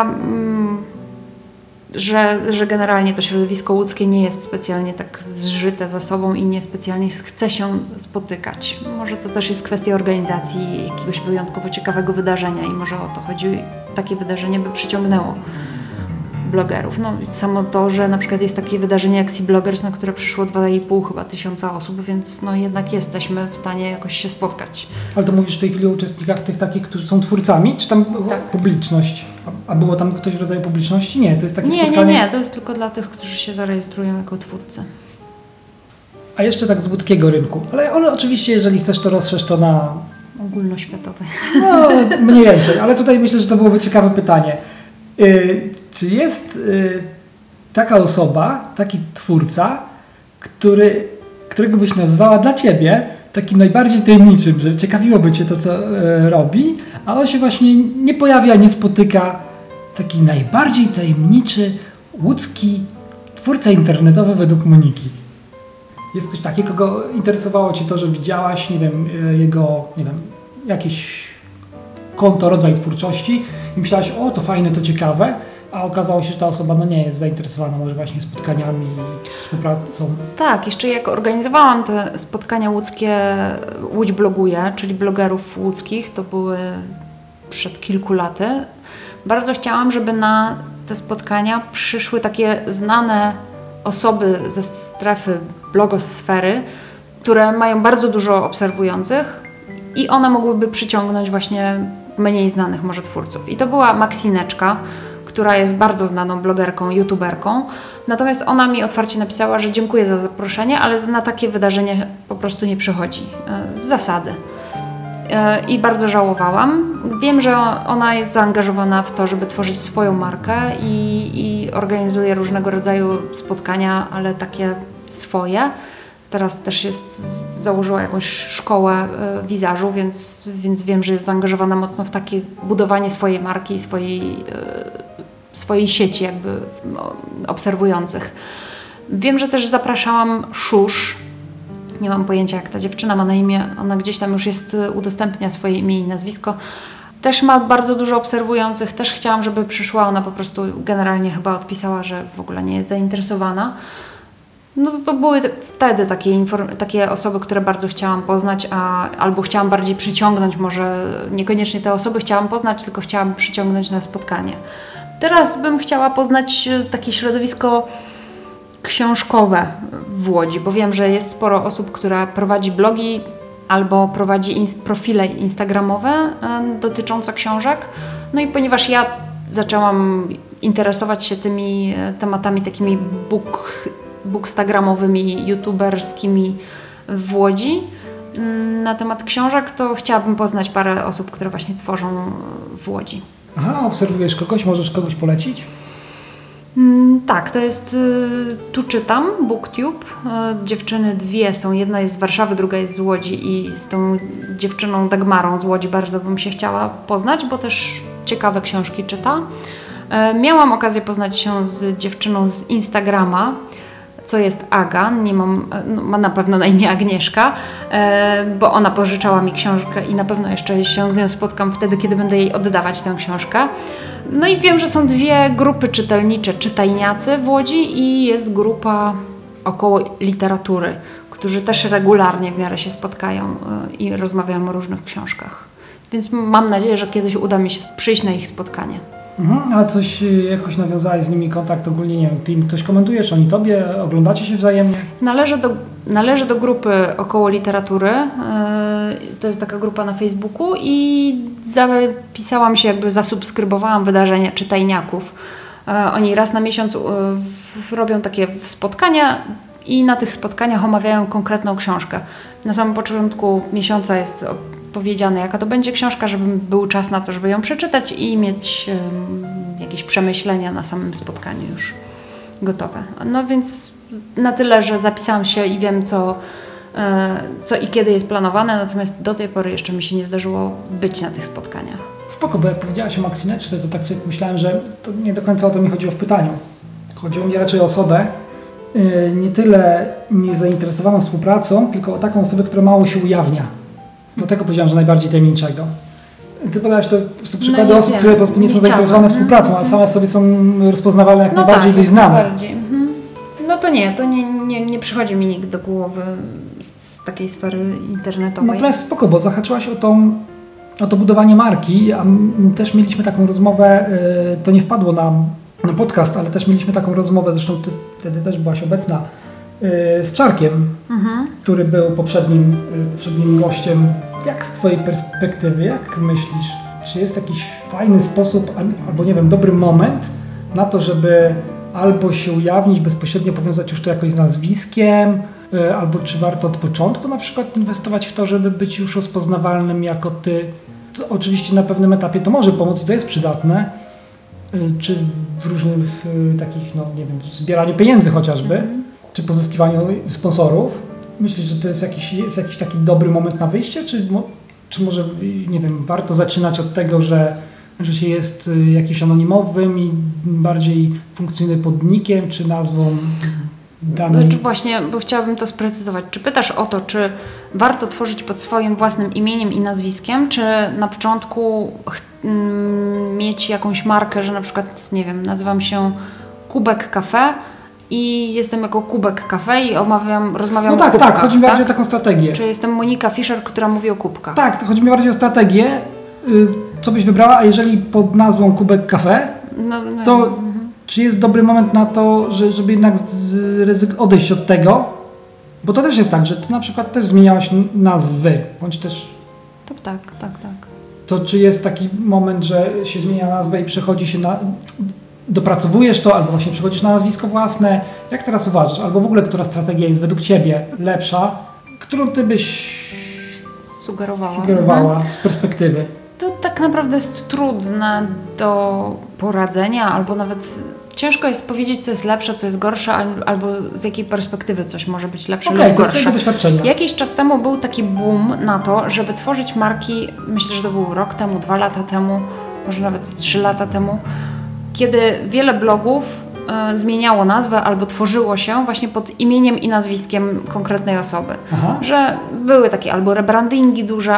że generalnie to środowisko łódzkie nie jest specjalnie tak zżyte ze sobą i nie specjalnie chce się spotykać. Może to też jest kwestia organizacji jakiegoś wyjątkowo ciekawego wydarzenia i może o to chodzi, takie wydarzenie by przyciągnęło blogerów. No samo to, że na przykład jest takie wydarzenie jak Sea Bloggers, na które przyszło 2,5 chyba tysiąca osób, więc no jednak jesteśmy w stanie jakoś się spotkać. Ale to mówisz w tej chwili o uczestnikach tych takich, którzy są twórcami, czy tam tak. Publiczność? A było tam ktoś w rodzaju publiczności? Nie, to jest takie spotkanie... Nie, to jest tylko dla tych, którzy się zarejestrują jako twórcy. A jeszcze tak z łódzkiego rynku, ale oczywiście jeżeli chcesz to rozszerz to na... Ogólnoświatowy. No, mniej więcej, ale tutaj myślę, że to byłoby ciekawe pytanie. Czy jest taka osoba, taki twórca, którego byś nazwała dla Ciebie takim najbardziej tajemniczym, że ciekawiłoby Cię to, co robi, a on się właśnie nie pojawia, nie spotyka, taki najbardziej tajemniczy łódzki twórca internetowy według Moniki? Jest ktoś taki, kogo interesowało Cię to, że widziałaś, nie wiem, jego, nie wiem, jakieś konto, rodzaj twórczości i myślałaś, o to fajne, to ciekawe, a okazało się, że ta osoba nie jest zainteresowana może właśnie spotkaniami, współpracą. Tak, jeszcze jak organizowałam te spotkania łódzkie, Łódź bloguje, czyli blogerów łódzkich, to były przed kilku laty, bardzo chciałam, żeby na te spotkania przyszły takie znane osoby ze strefy blogosfery, które mają bardzo dużo obserwujących i one mogłyby przyciągnąć właśnie mniej znanych może twórców. I to była Maksineczka, która jest bardzo znaną blogerką, youtuberką. Natomiast ona mi otwarcie napisała, że dziękuję za zaproszenie, ale na takie wydarzenie po prostu nie przychodzi. Z zasady. I bardzo żałowałam. Wiem, że ona jest zaangażowana w to, żeby tworzyć swoją markę i organizuje różnego rodzaju spotkania, ale takie swoje. Teraz też założyła jakąś szkołę wizażu, więc wiem, że jest zaangażowana mocno w takie budowanie swojej marki i swojej sieci jakby obserwujących. Wiem, że też zapraszałam Szusz. Nie mam pojęcia, jak ta dziewczyna ma na imię. Ona gdzieś tam już udostępnia swoje imię i nazwisko. Też ma bardzo dużo obserwujących. Też chciałam, żeby przyszła. Ona po prostu generalnie chyba odpisała, że w ogóle nie jest zainteresowana. No to były wtedy takie osoby, które bardzo chciałam poznać, albo chciałam bardziej przyciągnąć, może niekoniecznie te osoby chciałam poznać, tylko chciałam przyciągnąć na spotkanie. Teraz bym chciała poznać takie środowisko książkowe w Łodzi, bo wiem, że jest sporo osób, które prowadzi blogi albo prowadzi profile instagramowe dotyczące książek. No i ponieważ ja zaczęłam interesować się tymi tematami takimi bookstagramowymi, youtuberskimi w Łodzi na temat książek, to chciałabym poznać parę osób, które właśnie tworzą w Łodzi. Aha, obserwujesz kogoś? Możesz kogoś polecić? Tak, to jest Tu czytam, BookTube. Dziewczyny dwie są, jedna jest z Warszawy, druga jest z Łodzi i z tą dziewczyną Dagmarą z Łodzi bardzo bym się chciała poznać, bo też ciekawe książki czyta. Miałam okazję poznać się z dziewczyną z Instagrama, co jest Aga, ma na pewno na imię Agnieszka, bo ona pożyczała mi książkę i na pewno jeszcze się z nią spotkam wtedy, kiedy będę jej oddawać tę książkę. No i wiem, że są dwie grupy czytelnicze, czytajniacy w Łodzi i jest grupa około literatury, którzy też regularnie w miarę się spotkają i rozmawiają o różnych książkach. Więc mam nadzieję, że kiedyś uda mi się przyjść na ich spotkanie. A coś jakoś nawiązałeś z nimi kontakt ogólnie, nie wiem, ty im coś komentujesz, oni tobie, oglądacie się wzajemnie? Należę do grupy około literatury, to jest taka grupa na Facebooku i zapisałam się, zasubskrybowałam wydarzenia czytajniaków. Oni raz na miesiąc robią takie spotkania i na tych spotkaniach omawiają konkretną książkę. Na samym początku miesiąca jest powiedziane, jaka to będzie książka, żeby był czas na to, żeby ją przeczytać i mieć jakieś przemyślenia na samym spotkaniu już gotowe. No więc na tyle, że zapisałam się i wiem, co i kiedy jest planowane, natomiast do tej pory jeszcze mi się nie zdarzyło być na tych spotkaniach. Spoko, bo jak powiedziałaś o Maxineczce, to tak sobie myślałem, że to nie do końca o to mi chodziło w pytaniu. Chodziło mi raczej o osobę, nie tyle niezainteresowaną współpracą, tylko o taką osobę, która mało się ujawnia. Do tego powiedziałam, że najbardziej tajemniczego. Ty podałeś to po prostu przykłady osób, które po prostu nie są zainteresowane współpracą, ale same sobie są rozpoznawalne jak najbardziej dość znane. No to nie przychodzi mi nikt do głowy z takiej sfery internetowej. Natomiast spoko, bo zahaczyłaś o to budowanie marki, a też mieliśmy taką rozmowę, to nie wpadło na podcast, ale też mieliśmy taką rozmowę, zresztą ty wtedy też byłaś obecna, z Czarkiem, który był poprzednim gościem. Jak z twojej perspektywy, jak myślisz, czy jest jakiś fajny sposób, albo nie wiem, dobry moment na to, żeby albo się ujawnić, bezpośrednio powiązać już to jakoś z nazwiskiem, albo czy warto od początku na przykład inwestować w to, żeby być już rozpoznawalnym jako ty? To oczywiście na pewnym etapie to może pomóc i to jest przydatne, czy w różnych takich, no nie wiem, zbieraniu pieniędzy chociażby, czy pozyskiwaniu sponsorów. Myślisz, że to jest jakiś taki dobry moment na wyjście, czy może, nie wiem, warto zaczynać od tego, że się jest jakimś anonimowym i bardziej funkcjonuje pod nickiem, czy nazwą danej? Znaczy właśnie, bo chciałabym to sprecyzować. Czy pytasz o to, czy warto tworzyć pod swoim własnym imieniem i nazwiskiem, czy na początku mieć jakąś markę, że na przykład, nie wiem, nazywam się Kubek Cafe i jestem jako Kubek Cafe i rozmawiam o kubkach. Tak, chodzi mi bardziej o taką strategię. Czy jestem Monika Fischer, która mówi o kubkach? Tak, to chodzi mi bardziej o strategię. Co byś wybrała, a jeżeli pod nazwą Kubek Cafe, to czy jest dobry moment na to, żeby jednak odejść od tego? Bo to też jest tak, że ty na przykład też zmieniałaś nazwy, bądź też... To tak. To czy jest taki moment, że się zmienia nazwę i przechodzi się dopracowujesz to, albo właśnie przechodzisz na nazwisko własne? Jak teraz uważasz? Albo w ogóle, która strategia jest według ciebie lepsza, którą ty byś sugerowała z perspektywy? To tak naprawdę jest trudne do poradzenia, albo nawet ciężko jest powiedzieć, co jest lepsze, co jest gorsze, albo z jakiej perspektywy coś może być lepsze lub gorsze. To jest twojego doświadczenia. Jakiś czas temu był taki boom na to, żeby tworzyć marki, myślę, że to był rok temu, 2 lata temu, może nawet 3 lata temu, kiedy wiele blogów zmieniało nazwę albo tworzyło się właśnie pod imieniem i nazwiskiem konkretnej osoby. Że były takie albo rebrandingi duże,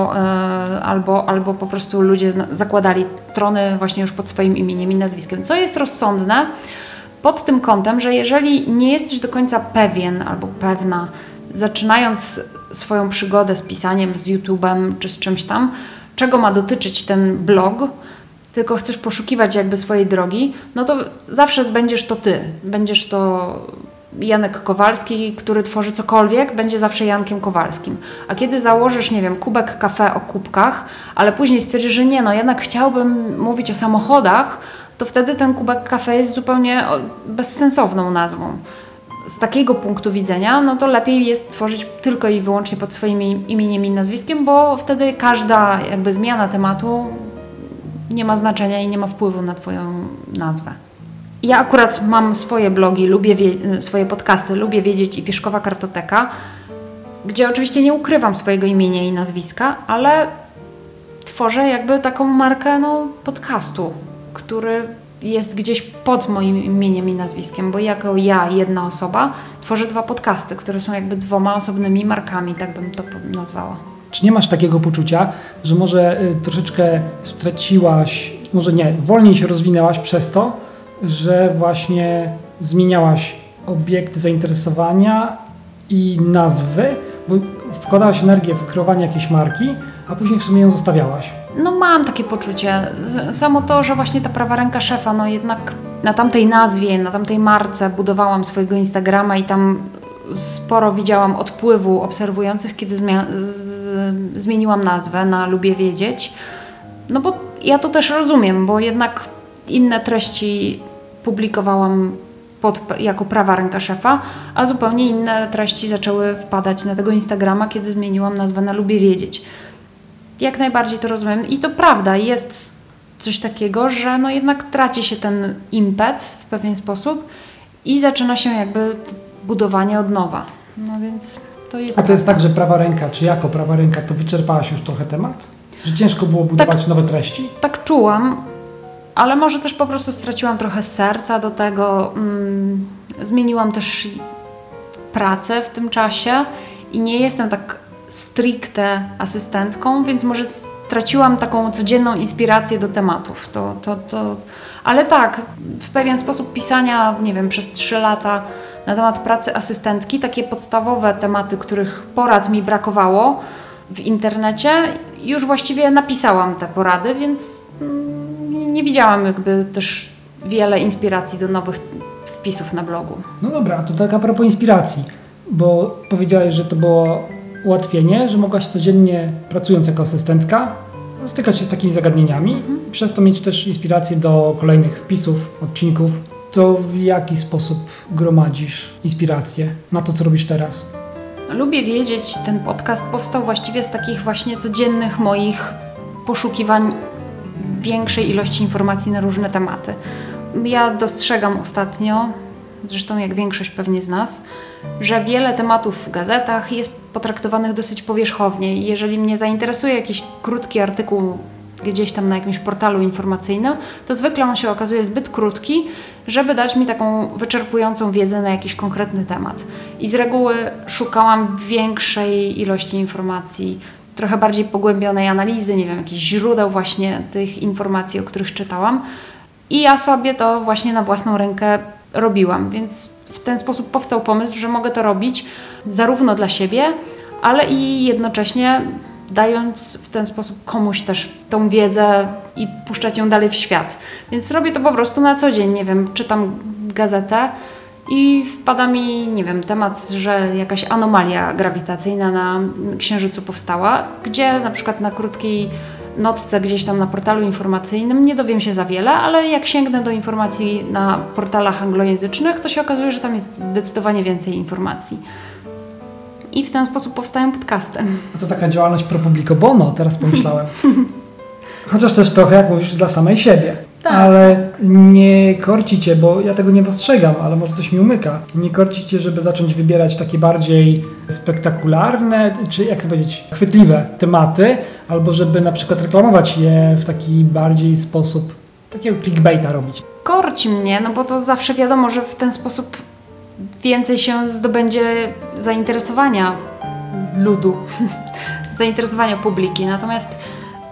albo po prostu ludzie zakładali strony właśnie już pod swoim imieniem i nazwiskiem, co jest rozsądne, pod tym kątem, że jeżeli nie jesteś do końca pewien albo pewna, zaczynając swoją przygodę z pisaniem, z YouTube'em czy z czymś tam, czego ma dotyczyć ten blog, tylko chcesz poszukiwać jakby swojej drogi, no to zawsze będziesz to ty. Będziesz to Janek Kowalski, który tworzy cokolwiek, będzie zawsze Jankiem Kowalskim. A kiedy założysz, nie wiem, kubek kafe o kubkach, ale później stwierdzisz, że nie, no jednak chciałbym mówić o samochodach, to wtedy ten kubek kafe jest zupełnie bezsensowną nazwą. Z takiego punktu widzenia, no to lepiej jest tworzyć tylko i wyłącznie pod swoim imieniem i nazwiskiem, bo wtedy każda jakby zmiana tematu nie ma znaczenia i nie ma wpływu na twoją nazwę. Ja akurat mam swoje blogi, swoje podcasty, Lubię Wiedzieć i Wierzchowa Kartoteka, gdzie oczywiście nie ukrywam swojego imienia i nazwiska, ale tworzę jakby taką markę podcastu, który jest gdzieś pod moim imieniem i nazwiskiem, bo jako ja, jedna osoba, tworzę 2 podcasty, które są jakby 2 osobnymi markami, tak bym to nazwała. Czy nie masz takiego poczucia, że może troszeczkę straciłaś, może nie, wolniej się rozwinęłaś przez to, że właśnie zmieniałaś obiekty zainteresowania i nazwy, bo wkładałaś energię w kreowanie jakiejś marki, a później w sumie ją zostawiałaś? No mam takie poczucie. Samo to, że właśnie ta prawa ręka szefa, jednak na tamtej nazwie, na tamtej marce budowałam swojego Instagrama i tam sporo widziałam odpływu obserwujących, kiedy zmieniłam nazwę na Lubię Wiedzieć. No bo ja to też rozumiem, bo jednak inne treści publikowałam jako prawa ręka szefa, a zupełnie inne treści zaczęły wpadać na tego Instagrama, kiedy zmieniłam nazwę na Lubię Wiedzieć. Jak najbardziej to rozumiem i to prawda, jest coś takiego, że jednak traci się ten impet w pewien sposób i zaczyna się jakby budowanie od nowa. No więc to jest. A to jest tak, że prawa ręka, czy jako prawa ręka, to wyczerpałaś już trochę temat? Że ciężko było budować nowe treści? Tak czułam, ale może też po prostu straciłam trochę serca do tego. Zmieniłam też pracę w tym czasie i nie jestem tak stricte asystentką, więc może straciłam taką codzienną inspirację do tematów. Ale tak, w pewien sposób pisania, nie wiem, przez 3 lata na temat pracy asystentki, takie podstawowe tematy, których porad mi brakowało w internecie, już właściwie napisałam te porady, więc nie widziałam jakby też wiele inspiracji do nowych wpisów na blogu. No dobra, to tak a propos inspiracji, bo powiedziałaś, że to było ułatwienie, że mogłaś codziennie, pracując jako asystentka, stykać się z takimi zagadnieniami i przez to mieć też inspirację do kolejnych wpisów, odcinków. To w jaki sposób gromadzisz inspirację na to, co robisz teraz? Lubię Wiedzieć, ten podcast powstał właściwie z takich właśnie codziennych moich poszukiwań większej ilości informacji na różne tematy. Ja dostrzegam ostatnio, zresztą jak większość pewnie z nas, że wiele tematów w gazetach jest potraktowanych dosyć powierzchownie i jeżeli mnie zainteresuje jakiś krótki artykuł gdzieś tam na jakimś portalu informacyjnym, to zwykle on się okazuje zbyt krótki, żeby dać mi taką wyczerpującą wiedzę na jakiś konkretny temat. I z reguły szukałam większej ilości informacji, trochę bardziej pogłębionej analizy, nie wiem, jakichś źródeł właśnie tych informacji, o których czytałam. I ja sobie to właśnie na własną rękę robiłam, więc w ten sposób powstał pomysł, że mogę to robić zarówno dla siebie, ale i jednocześnie dając w ten sposób komuś też tą wiedzę i puszczać ją dalej w świat. Więc robię to po prostu na co dzień, nie wiem, czytam gazetę i wpada mi, nie wiem, temat, że jakaś anomalia grawitacyjna na Księżycu powstała, gdzie na przykład na krótkiej notce gdzieś tam na portalu informacyjnym nie dowiem się za wiele, ale jak sięgnę do informacji na portalach anglojęzycznych, to się okazuje, że tam jest zdecydowanie więcej informacji. I w ten sposób powstają podcasty. A to taka działalność pro publico bono, teraz pomyślałem. Chociaż też trochę, jak mówisz, dla samej siebie. Tak. Ale nie korci cię, bo ja tego nie dostrzegam, ale może coś mi umyka. Nie korci cię, żeby zacząć wybierać takie bardziej spektakularne, czy jak to powiedzieć, chwytliwe tematy, albo żeby na przykład reklamować je w taki bardziej sposób, takiego clickbaita robić. Korci mnie, no bo to zawsze wiadomo, że w ten sposób więcej się zdobędzie zainteresowania ludu, zainteresowania publiki. Natomiast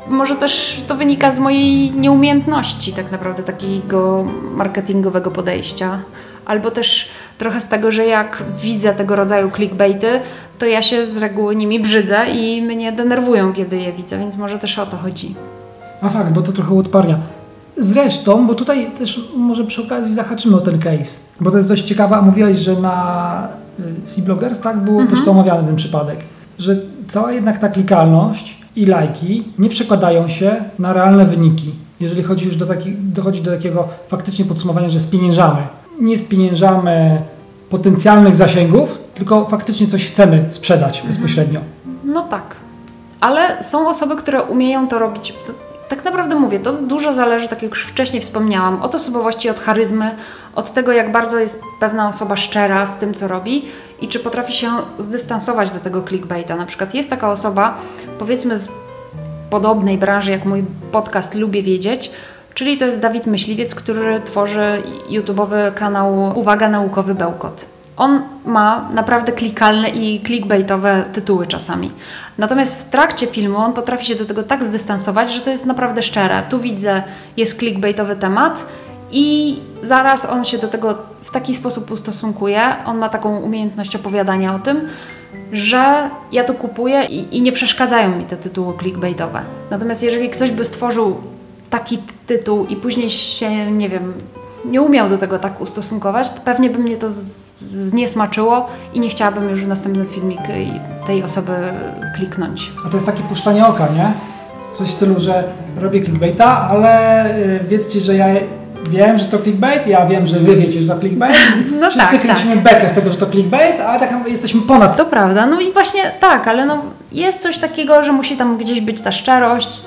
może też to wynika z mojej nieumiejętności tak naprawdę takiego marketingowego podejścia. Albo też trochę z tego, że jak widzę tego rodzaju clickbaity, to ja się z reguły nimi brzydzę i mnie denerwują, kiedy je widzę, więc może też o to chodzi. A fakt, bo to trochę uodparnia. Zresztą, bo tutaj też może przy okazji zahaczymy o ten case, bo to jest dość ciekawe, a mówiłeś, że na C-Bloggers, tak, było też to omawiany ten przypadek, że cała jednak ta klikalność i lajki nie przekładają się na realne wyniki, jeżeli chodzi już dochodzi do takiego faktycznie podsumowania, że spieniężamy. Nie spieniężamy potencjalnych zasięgów, tylko faktycznie coś chcemy sprzedać bezpośrednio. No tak, ale są osoby, które umieją to robić. Tak naprawdę mówię, to dużo zależy, tak jak już wcześniej wspomniałam, od osobowości, od charyzmy, od tego, jak bardzo jest pewna osoba szczera z tym, co robi i czy potrafi się zdystansować do tego clickbaita. Na przykład jest taka osoba, powiedzmy z podobnej branży jak mój podcast Lubię Wiedzieć, czyli to jest Dawid Myśliwiec, który tworzy YouTube'owy kanał Uwaga, Naukowy Bełkot. On ma naprawdę klikalne i clickbaitowe tytuły czasami. Natomiast w trakcie filmu on potrafi się do tego tak zdystansować, że to jest naprawdę szczere. Tu widzę, jest clickbaitowy temat i zaraz on się do tego w taki sposób ustosunkuje. On ma taką umiejętność opowiadania o tym, że ja to kupuję i nie przeszkadzają mi te tytuły clickbaitowe. Natomiast jeżeli ktoś by stworzył taki tytuł i później się, nie wiem, nie umiał do tego tak ustosunkować, to pewnie by mnie to zniesmaczyło i nie chciałabym już w następnym filmik tej osoby kliknąć. A to jest takie puszczanie oka, nie? Coś w stylu, że robię clickbaita, ale wiedzcie, że ja wiem, że to clickbait, ja wiem, że wy wiecie, że to clickbait. No wszyscy kręcimy bekę z tego, że to clickbait, ale tak jesteśmy ponad. To prawda, no i właśnie tak, ale no jest coś takiego, że musi tam gdzieś być ta szczerość,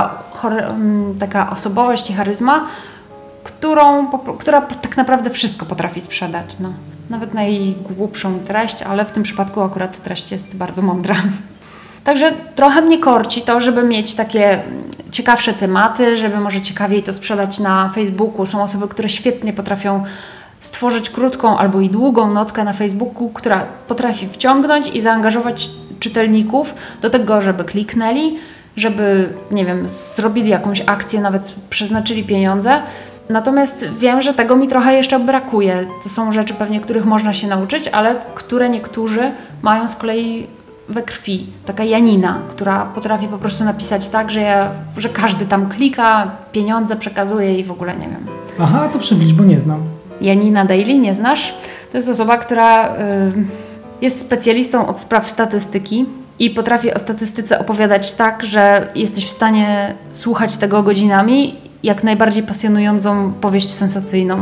taka osobowość i charyzma, która tak naprawdę wszystko potrafi sprzedać. No. Nawet najgłupszą treść, ale w tym przypadku akurat treść jest bardzo mądra. Także trochę mnie korci to, żeby mieć takie ciekawsze tematy, żeby może ciekawiej to sprzedać na Facebooku. Są osoby, które świetnie potrafią stworzyć krótką albo i długą notkę na Facebooku, która potrafi wciągnąć i zaangażować czytelników do tego, żeby kliknęli, żeby, nie wiem, zrobili jakąś akcję, nawet przeznaczyli pieniądze. Natomiast wiem, że tego mi trochę jeszcze brakuje. To są rzeczy pewnie, których można się nauczyć, ale które niektórzy mają z kolei we krwi. Taka Janina, która potrafi po prostu napisać tak, że każdy tam klika, pieniądze przekazuje i w ogóle nie wiem. Aha, to przybliż, bo nie znam. Janina Daily, nie znasz? To jest osoba, która jest specjalistą od spraw statystyki i potrafi o statystyce opowiadać tak, że jesteś w stanie słuchać tego godzinami, jak najbardziej pasjonującą powieść sensacyjną.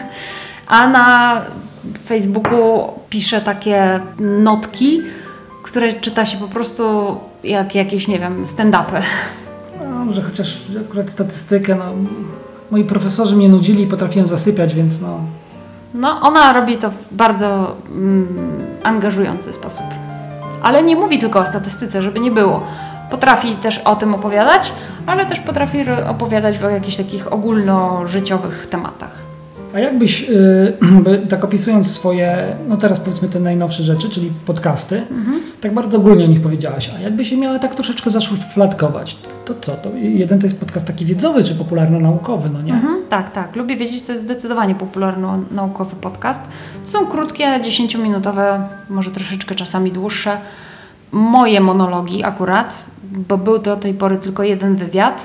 A na Facebooku pisze takie notki, które czyta się po prostu jak jakieś, nie wiem, stand-upy. No może chociaż akurat statystykę, no moi profesorzy mnie nudzili i potrafiłem zasypiać, więc no... No, ona robi to w bardzo angażujący sposób. Ale nie mówi tylko o statystyce, żeby nie było. Potrafi też o tym opowiadać, ale też potrafi opowiadać o jakichś takich ogólnożyciowych tematach. A jakbyś, tak opisując swoje, no teraz powiedzmy te najnowsze rzeczy, czyli podcasty, tak bardzo ogólnie o nich powiedziałaś, a jakby się miała tak troszeczkę zaszufladkować, to co? To jeden to jest podcast taki wiedzowy czy popularno-naukowy, no nie? Tak. Lubię Wiedzieć, to jest zdecydowanie popularno-naukowy podcast. To są krótkie, 10-minutowe, może troszeczkę czasami dłuższe, moje monologi akurat, bo był do tej pory tylko jeden wywiad.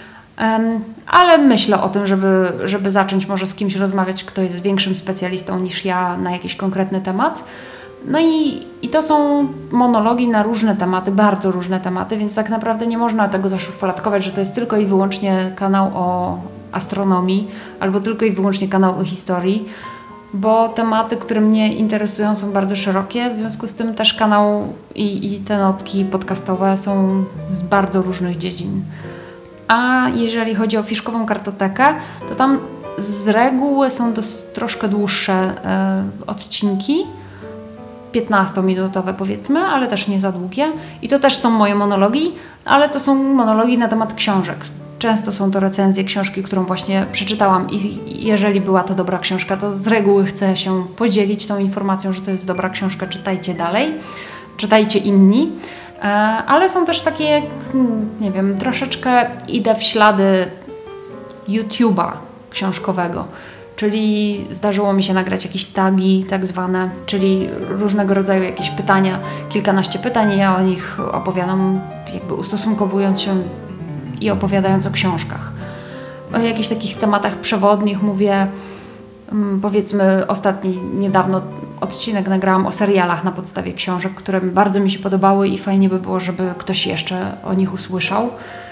Ale myślę o tym, żeby zacząć może z kimś rozmawiać, kto jest większym specjalistą niż ja na jakiś konkretny temat. No i to są monologi na różne tematy, bardzo różne tematy, więc tak naprawdę nie można tego zaszufladkować, że to jest tylko i wyłącznie kanał o astronomii albo tylko i wyłącznie kanał o historii, bo tematy, które mnie interesują, są bardzo szerokie, w związku z tym też kanał i te notki podcastowe są z bardzo różnych dziedzin. A jeżeli chodzi o Fiszkową kartotekę, to tam z reguły są troszkę dłuższe odcinki, 15-minutowe powiedzmy, ale też nie za długie. I to też są moje monologi, ale to są monologi na temat książek. Często są to recenzje książki, którą właśnie przeczytałam i jeżeli była to dobra książka, to z reguły chcę się podzielić tą informacją, że to jest dobra książka, czytajcie dalej, czytajcie inni. Ale są też takie, nie wiem, troszeczkę idę w ślady YouTube'a książkowego. Czyli zdarzyło mi się nagrać jakieś tagi tak zwane, czyli różnego rodzaju jakieś pytania, kilkanaście pytań i ja o nich opowiadam, jakby ustosunkowując się i opowiadając o książkach. O jakichś takich tematach przewodnich mówię, powiedzmy niedawno odcinek nagrałam o serialach na podstawie książek, które bardzo mi się podobały i fajnie by było, żeby ktoś jeszcze o nich usłyszał.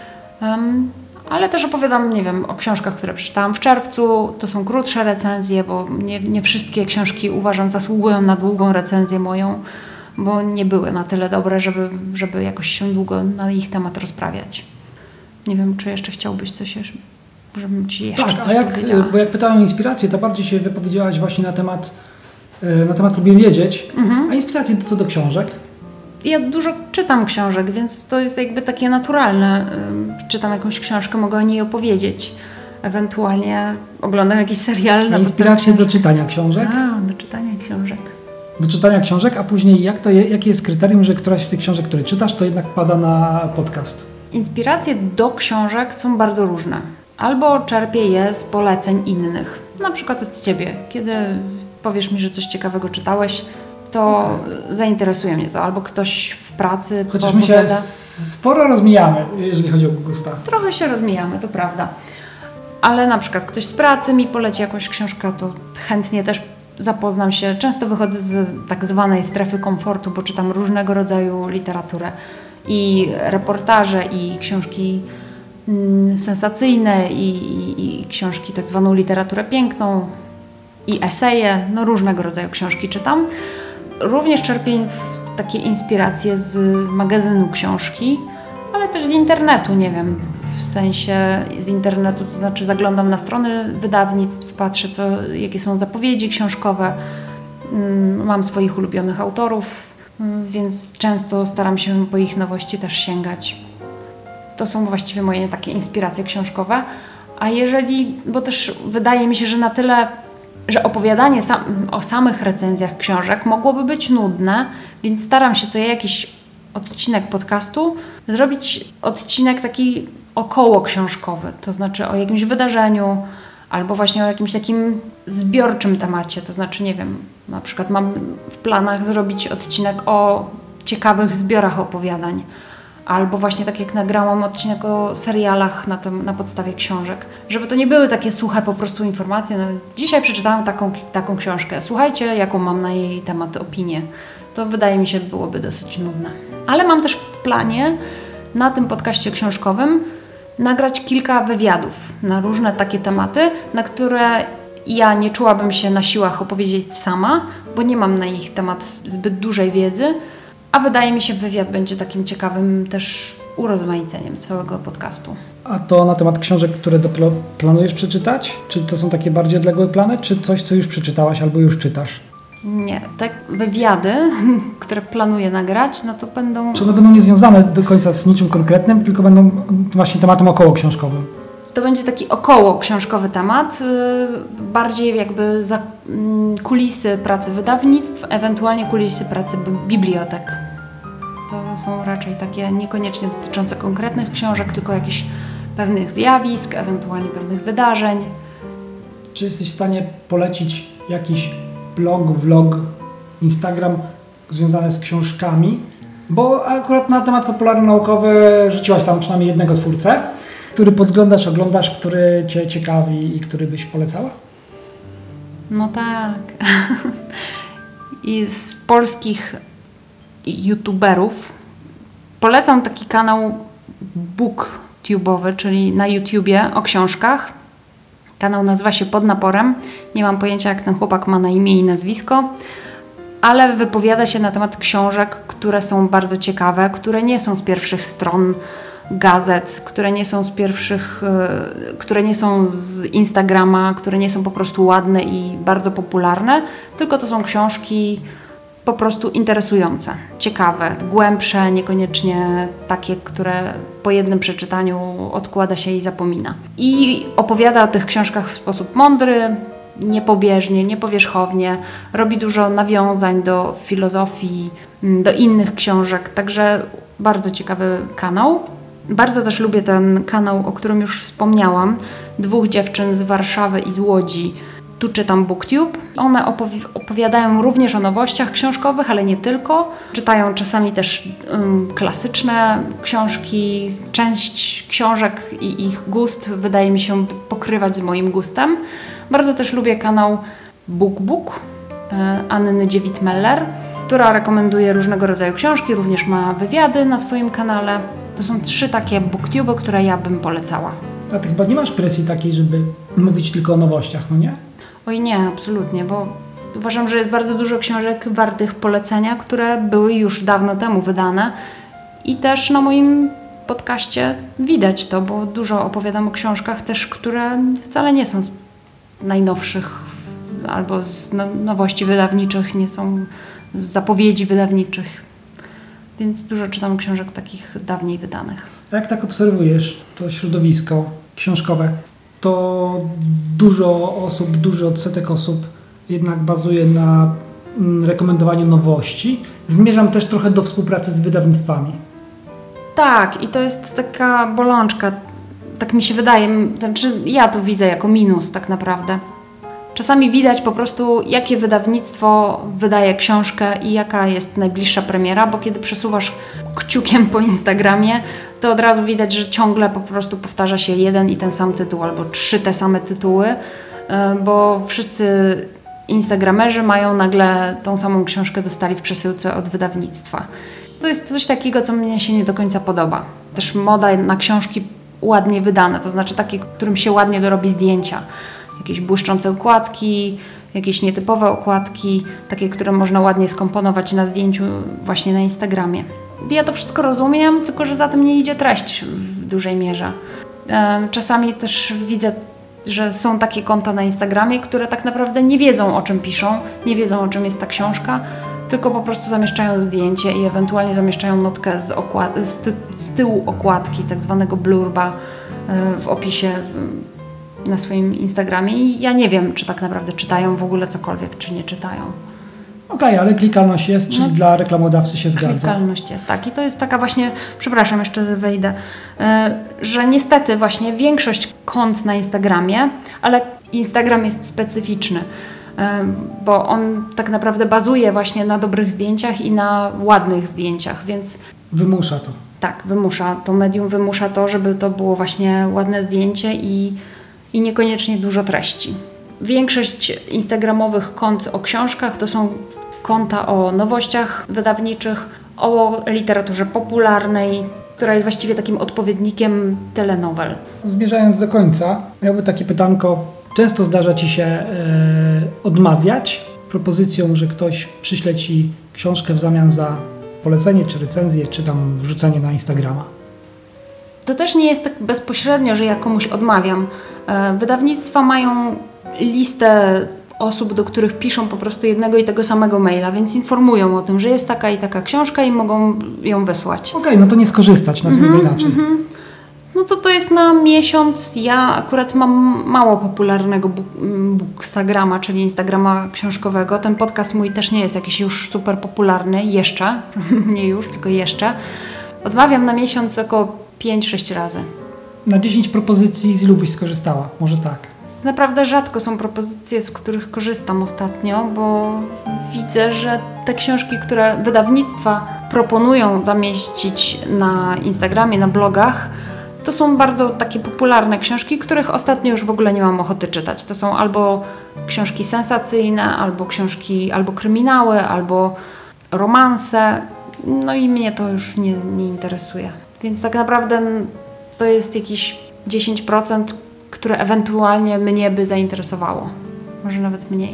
Ale też opowiadam, nie wiem, o książkach, które przeczytałam w czerwcu. To są krótsze recenzje, bo nie wszystkie książki uważam zasługują na długą recenzję moją, bo nie były na tyle dobre, żeby jakoś się długo na ich temat rozprawiać. Nie wiem, czy jeszcze chciałbyś coś, żebym Ci jeszcze coś powiedziała. Bo jak pytałem o inspirację, to bardziej się wypowiedziałaś właśnie na temat lubię wiedzieć, a inspiracje co do książek? Ja dużo czytam książek, więc to jest jakby takie naturalne. Czytam jakąś książkę, mogę o niej opowiedzieć. Ewentualnie oglądam jakiś serial. Inspiracje do czytania książek? Do czytania książek. Do czytania książek, a później jakie jest kryterium, że któraś z tych książek, które czytasz, to jednak pada na podcast? Inspiracje do książek są bardzo różne. Albo czerpię je z poleceń innych. Na przykład od Ciebie. Kiedy powiesz mi, że coś ciekawego czytałeś, to zainteresuje mnie to. Albo ktoś w pracy Chociaż my się sporo rozmijamy, jeżeli chodzi o gusta. Trochę się rozmijamy, to prawda. Ale na przykład ktoś z pracy mi poleci jakąś książkę, to chętnie też zapoznam się. Często wychodzę z tak zwanej strefy komfortu, bo czytam różnego rodzaju literaturę. I reportaże, i książki sensacyjne, i książki tak zwaną literaturę piękną, i eseje, różnego rodzaju książki czytam. Również czerpię takie inspiracje z magazynu książki, ale też z internetu, nie wiem, w sensie z internetu, to znaczy zaglądam na strony wydawnictw, patrzę jakie są zapowiedzi książkowe, mam swoich ulubionych autorów, więc często staram się po ich nowości też sięgać. To są właściwie moje takie inspiracje książkowe, bo też wydaje mi się, że na tyle, że opowiadanie o samych recenzjach książek mogłoby być nudne, więc staram się co jakiś odcinek podcastu zrobić odcinek taki około książkowy, to znaczy o jakimś wydarzeniu albo właśnie o jakimś takim zbiorczym temacie, to znaczy nie wiem, na przykład mam w planach zrobić odcinek o ciekawych zbiorach opowiadań, albo właśnie tak jak nagrałam odcinek o serialach na podstawie książek. Żeby to nie były takie suche po prostu informacje. Dzisiaj przeczytałam taką książkę. Słuchajcie, jaką mam na jej temat opinię. To wydaje mi się byłoby dosyć nudne. Ale mam też w planie na tym podcaście książkowym nagrać kilka wywiadów na różne takie tematy, na które ja nie czułabym się na siłach opowiedzieć sama, bo nie mam na ich temat zbyt dużej wiedzy. A wydaje mi się, wywiad będzie takim ciekawym też urozmaiceniem całego podcastu. A to na temat książek, które planujesz przeczytać? Czy to są takie bardziej odległe plany, czy coś, co już przeczytałaś albo już czytasz? Nie, te wywiady, które planuję nagrać, to będą... Czy one będą niezwiązane do końca z niczym konkretnym, tylko będą właśnie tematem około książkowym? To będzie taki około książkowy temat, bardziej jakby za kulisy pracy wydawnictw, ewentualnie kulisy pracy bibliotek. To są raczej takie niekoniecznie dotyczące konkretnych książek, tylko jakichś pewnych zjawisk, ewentualnie pewnych wydarzeń. Czy jesteś w stanie polecić jakiś blog, vlog, Instagram związany z książkami? Bo akurat na temat popularno-naukowy rzuciłaś tam przynajmniej jednego twórcę, który podglądasz, oglądasz, który Cię ciekawi i który byś polecała? No tak. I z polskich youtuberów polecam taki kanał booktube'owy, czyli na YouTubie o książkach. Kanał nazywa się Pod Naporem. Nie mam pojęcia, jak ten chłopak ma na imię i nazwisko, ale wypowiada się na temat książek, które są bardzo ciekawe, które nie są z pierwszych stron gazet, które nie są z Instagrama, które nie są po prostu ładne i bardzo popularne, tylko to są książki po prostu interesujące, ciekawe, głębsze, niekoniecznie takie, które po jednym przeczytaniu odkłada się i zapomina. I opowiada o tych książkach w sposób mądry, niepobieżnie, niepowierzchownie, robi dużo nawiązań do filozofii, do innych książek, także Bardzo ciekawy kanał. Bardzo też lubię ten kanał, o którym już wspomniałam. 2 dziewczyn z Warszawy i z Łodzi. Tu czytam BookTube. One opowiadają również o nowościach książkowych, ale nie tylko. Czytają czasami też klasyczne książki. Część książek i ich gust wydaje mi się pokrywać z moim gustem. Bardzo też lubię kanał BookBook Anny Dziewit-Meller, która rekomenduje różnego rodzaju książki, również ma wywiady na swoim kanale. To są 3 takie BookTube, które ja bym polecała. A ty chyba nie masz presji takiej, żeby mówić tylko o nowościach, no nie? Oj nie, absolutnie, bo uważam, że jest bardzo dużo książek wartych polecenia, które były już dawno temu wydane i też na moim podcaście widać to, bo dużo opowiadam o książkach też, które wcale nie są z najnowszych albo z nowości wydawniczych, nie są z zapowiedzi wydawniczych, więc dużo czytam książek takich dawniej wydanych. A jak tak obserwujesz to środowisko książkowe, to dużo osób, duży odsetek osób jednak bazuje na rekomendowaniu nowości. Zmierzam też trochę do współpracy z wydawnictwami. Tak, i to jest taka bolączka, tak mi się wydaje, znaczy ja to widzę jako minus tak naprawdę. Czasami widać po prostu, jakie wydawnictwo wydaje książkę i jaka jest najbliższa premiera, bo kiedy przesuwasz kciukiem po Instagramie, to od razu widać, że ciągle po prostu powtarza się jeden i ten sam tytuł albo 3 te same tytuły, bo wszyscy instagramerzy mają nagle tą samą książkę dostali w przesyłce od wydawnictwa. To jest coś takiego, co mnie się nie do końca podoba. Też moda na książki ładnie wydane, to znaczy takie, którym się ładnie dorobi zdjęcia. Jakieś błyszczące okładki, jakieś nietypowe okładki, takie, które można ładnie skomponować na zdjęciu właśnie na Instagramie. Ja to wszystko rozumiem, tylko że za tym nie idzie treść w dużej mierze. Czasami też widzę, że są takie konta na Instagramie, które tak naprawdę nie wiedzą, o czym piszą, nie wiedzą, o czym jest ta książka, tylko po prostu zamieszczają zdjęcie i ewentualnie zamieszczają notkę z tyłu okładki, tak zwanego blurba w opisie na swoim Instagramie i ja nie wiem, czy tak naprawdę czytają w ogóle cokolwiek, czy nie czytają. Okej, ale klikalność jest, czyli dla reklamodawcy się zgadza. Klikalność jest, tak. I to jest taka właśnie, przepraszam, jeszcze wejdę, że niestety właśnie większość kont na Instagramie, ale Instagram jest specyficzny, bo on tak naprawdę bazuje właśnie na dobrych zdjęciach i na ładnych zdjęciach, więc... Wymusza to. Tak, wymusza. To medium wymusza to, żeby to było właśnie ładne zdjęcie i niekoniecznie dużo treści. Większość instagramowych kont o książkach to są konta o nowościach wydawniczych, o literaturze popularnej, która jest właściwie takim odpowiednikiem telenowel. Zmierzając do końca, miałby takie pytanko. Często zdarza Ci się odmawiać propozycją, że ktoś przyśle Ci książkę w zamian za polecenie, czy recenzję, czy tam wrzucenie na Instagrama? To też nie jest tak bezpośrednio, że ja komuś odmawiam. Wydawnictwa mają listę osób, do których piszą po prostu jednego i tego samego maila, więc informują o tym, że jest taka i taka książka i mogą ją wysłać. Okej, no to nie skorzystać, nazwijmy to inaczej. No to jest na miesiąc. Ja akurat mam mało popularnego Bookstagrama, czyli Instagrama książkowego. Ten podcast mój też nie jest jakiś już super popularny, jeszcze, nie już, tylko jeszcze. Odmawiam na miesiąc około 5-6 razy. Na 10 propozycji z ilu byś skorzystała? Może tak. Naprawdę rzadko są propozycje, z których korzystam ostatnio, bo widzę, że te książki, które wydawnictwa proponują zamieścić na Instagramie, na blogach, to są bardzo takie popularne książki, których ostatnio już w ogóle nie mam ochoty czytać. To są albo książki sensacyjne, albo książki, albo kryminały, albo romanse. No i mnie to już nie interesuje. Więc tak naprawdę to jest jakieś 10%, które ewentualnie mnie by zainteresowało. Może nawet mniej.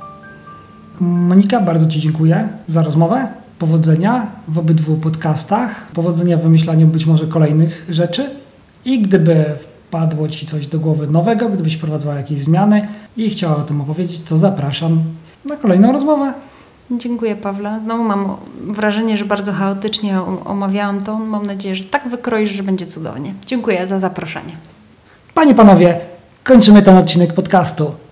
Monika, bardzo Ci dziękuję za rozmowę. Powodzenia w obydwu podcastach. Powodzenia w wymyślaniu być może kolejnych rzeczy. I gdyby wpadło Ci coś do głowy nowego, gdybyś prowadzała jakieś zmiany i chciała o tym opowiedzieć, to zapraszam na kolejną rozmowę. Dziękuję, Pawle. Znowu mam wrażenie, że bardzo chaotycznie omawiałam to. Mam nadzieję, że tak wykroisz, że będzie cudownie. Dziękuję za zaproszenie. Panie, panowie, kończymy ten odcinek podcastu.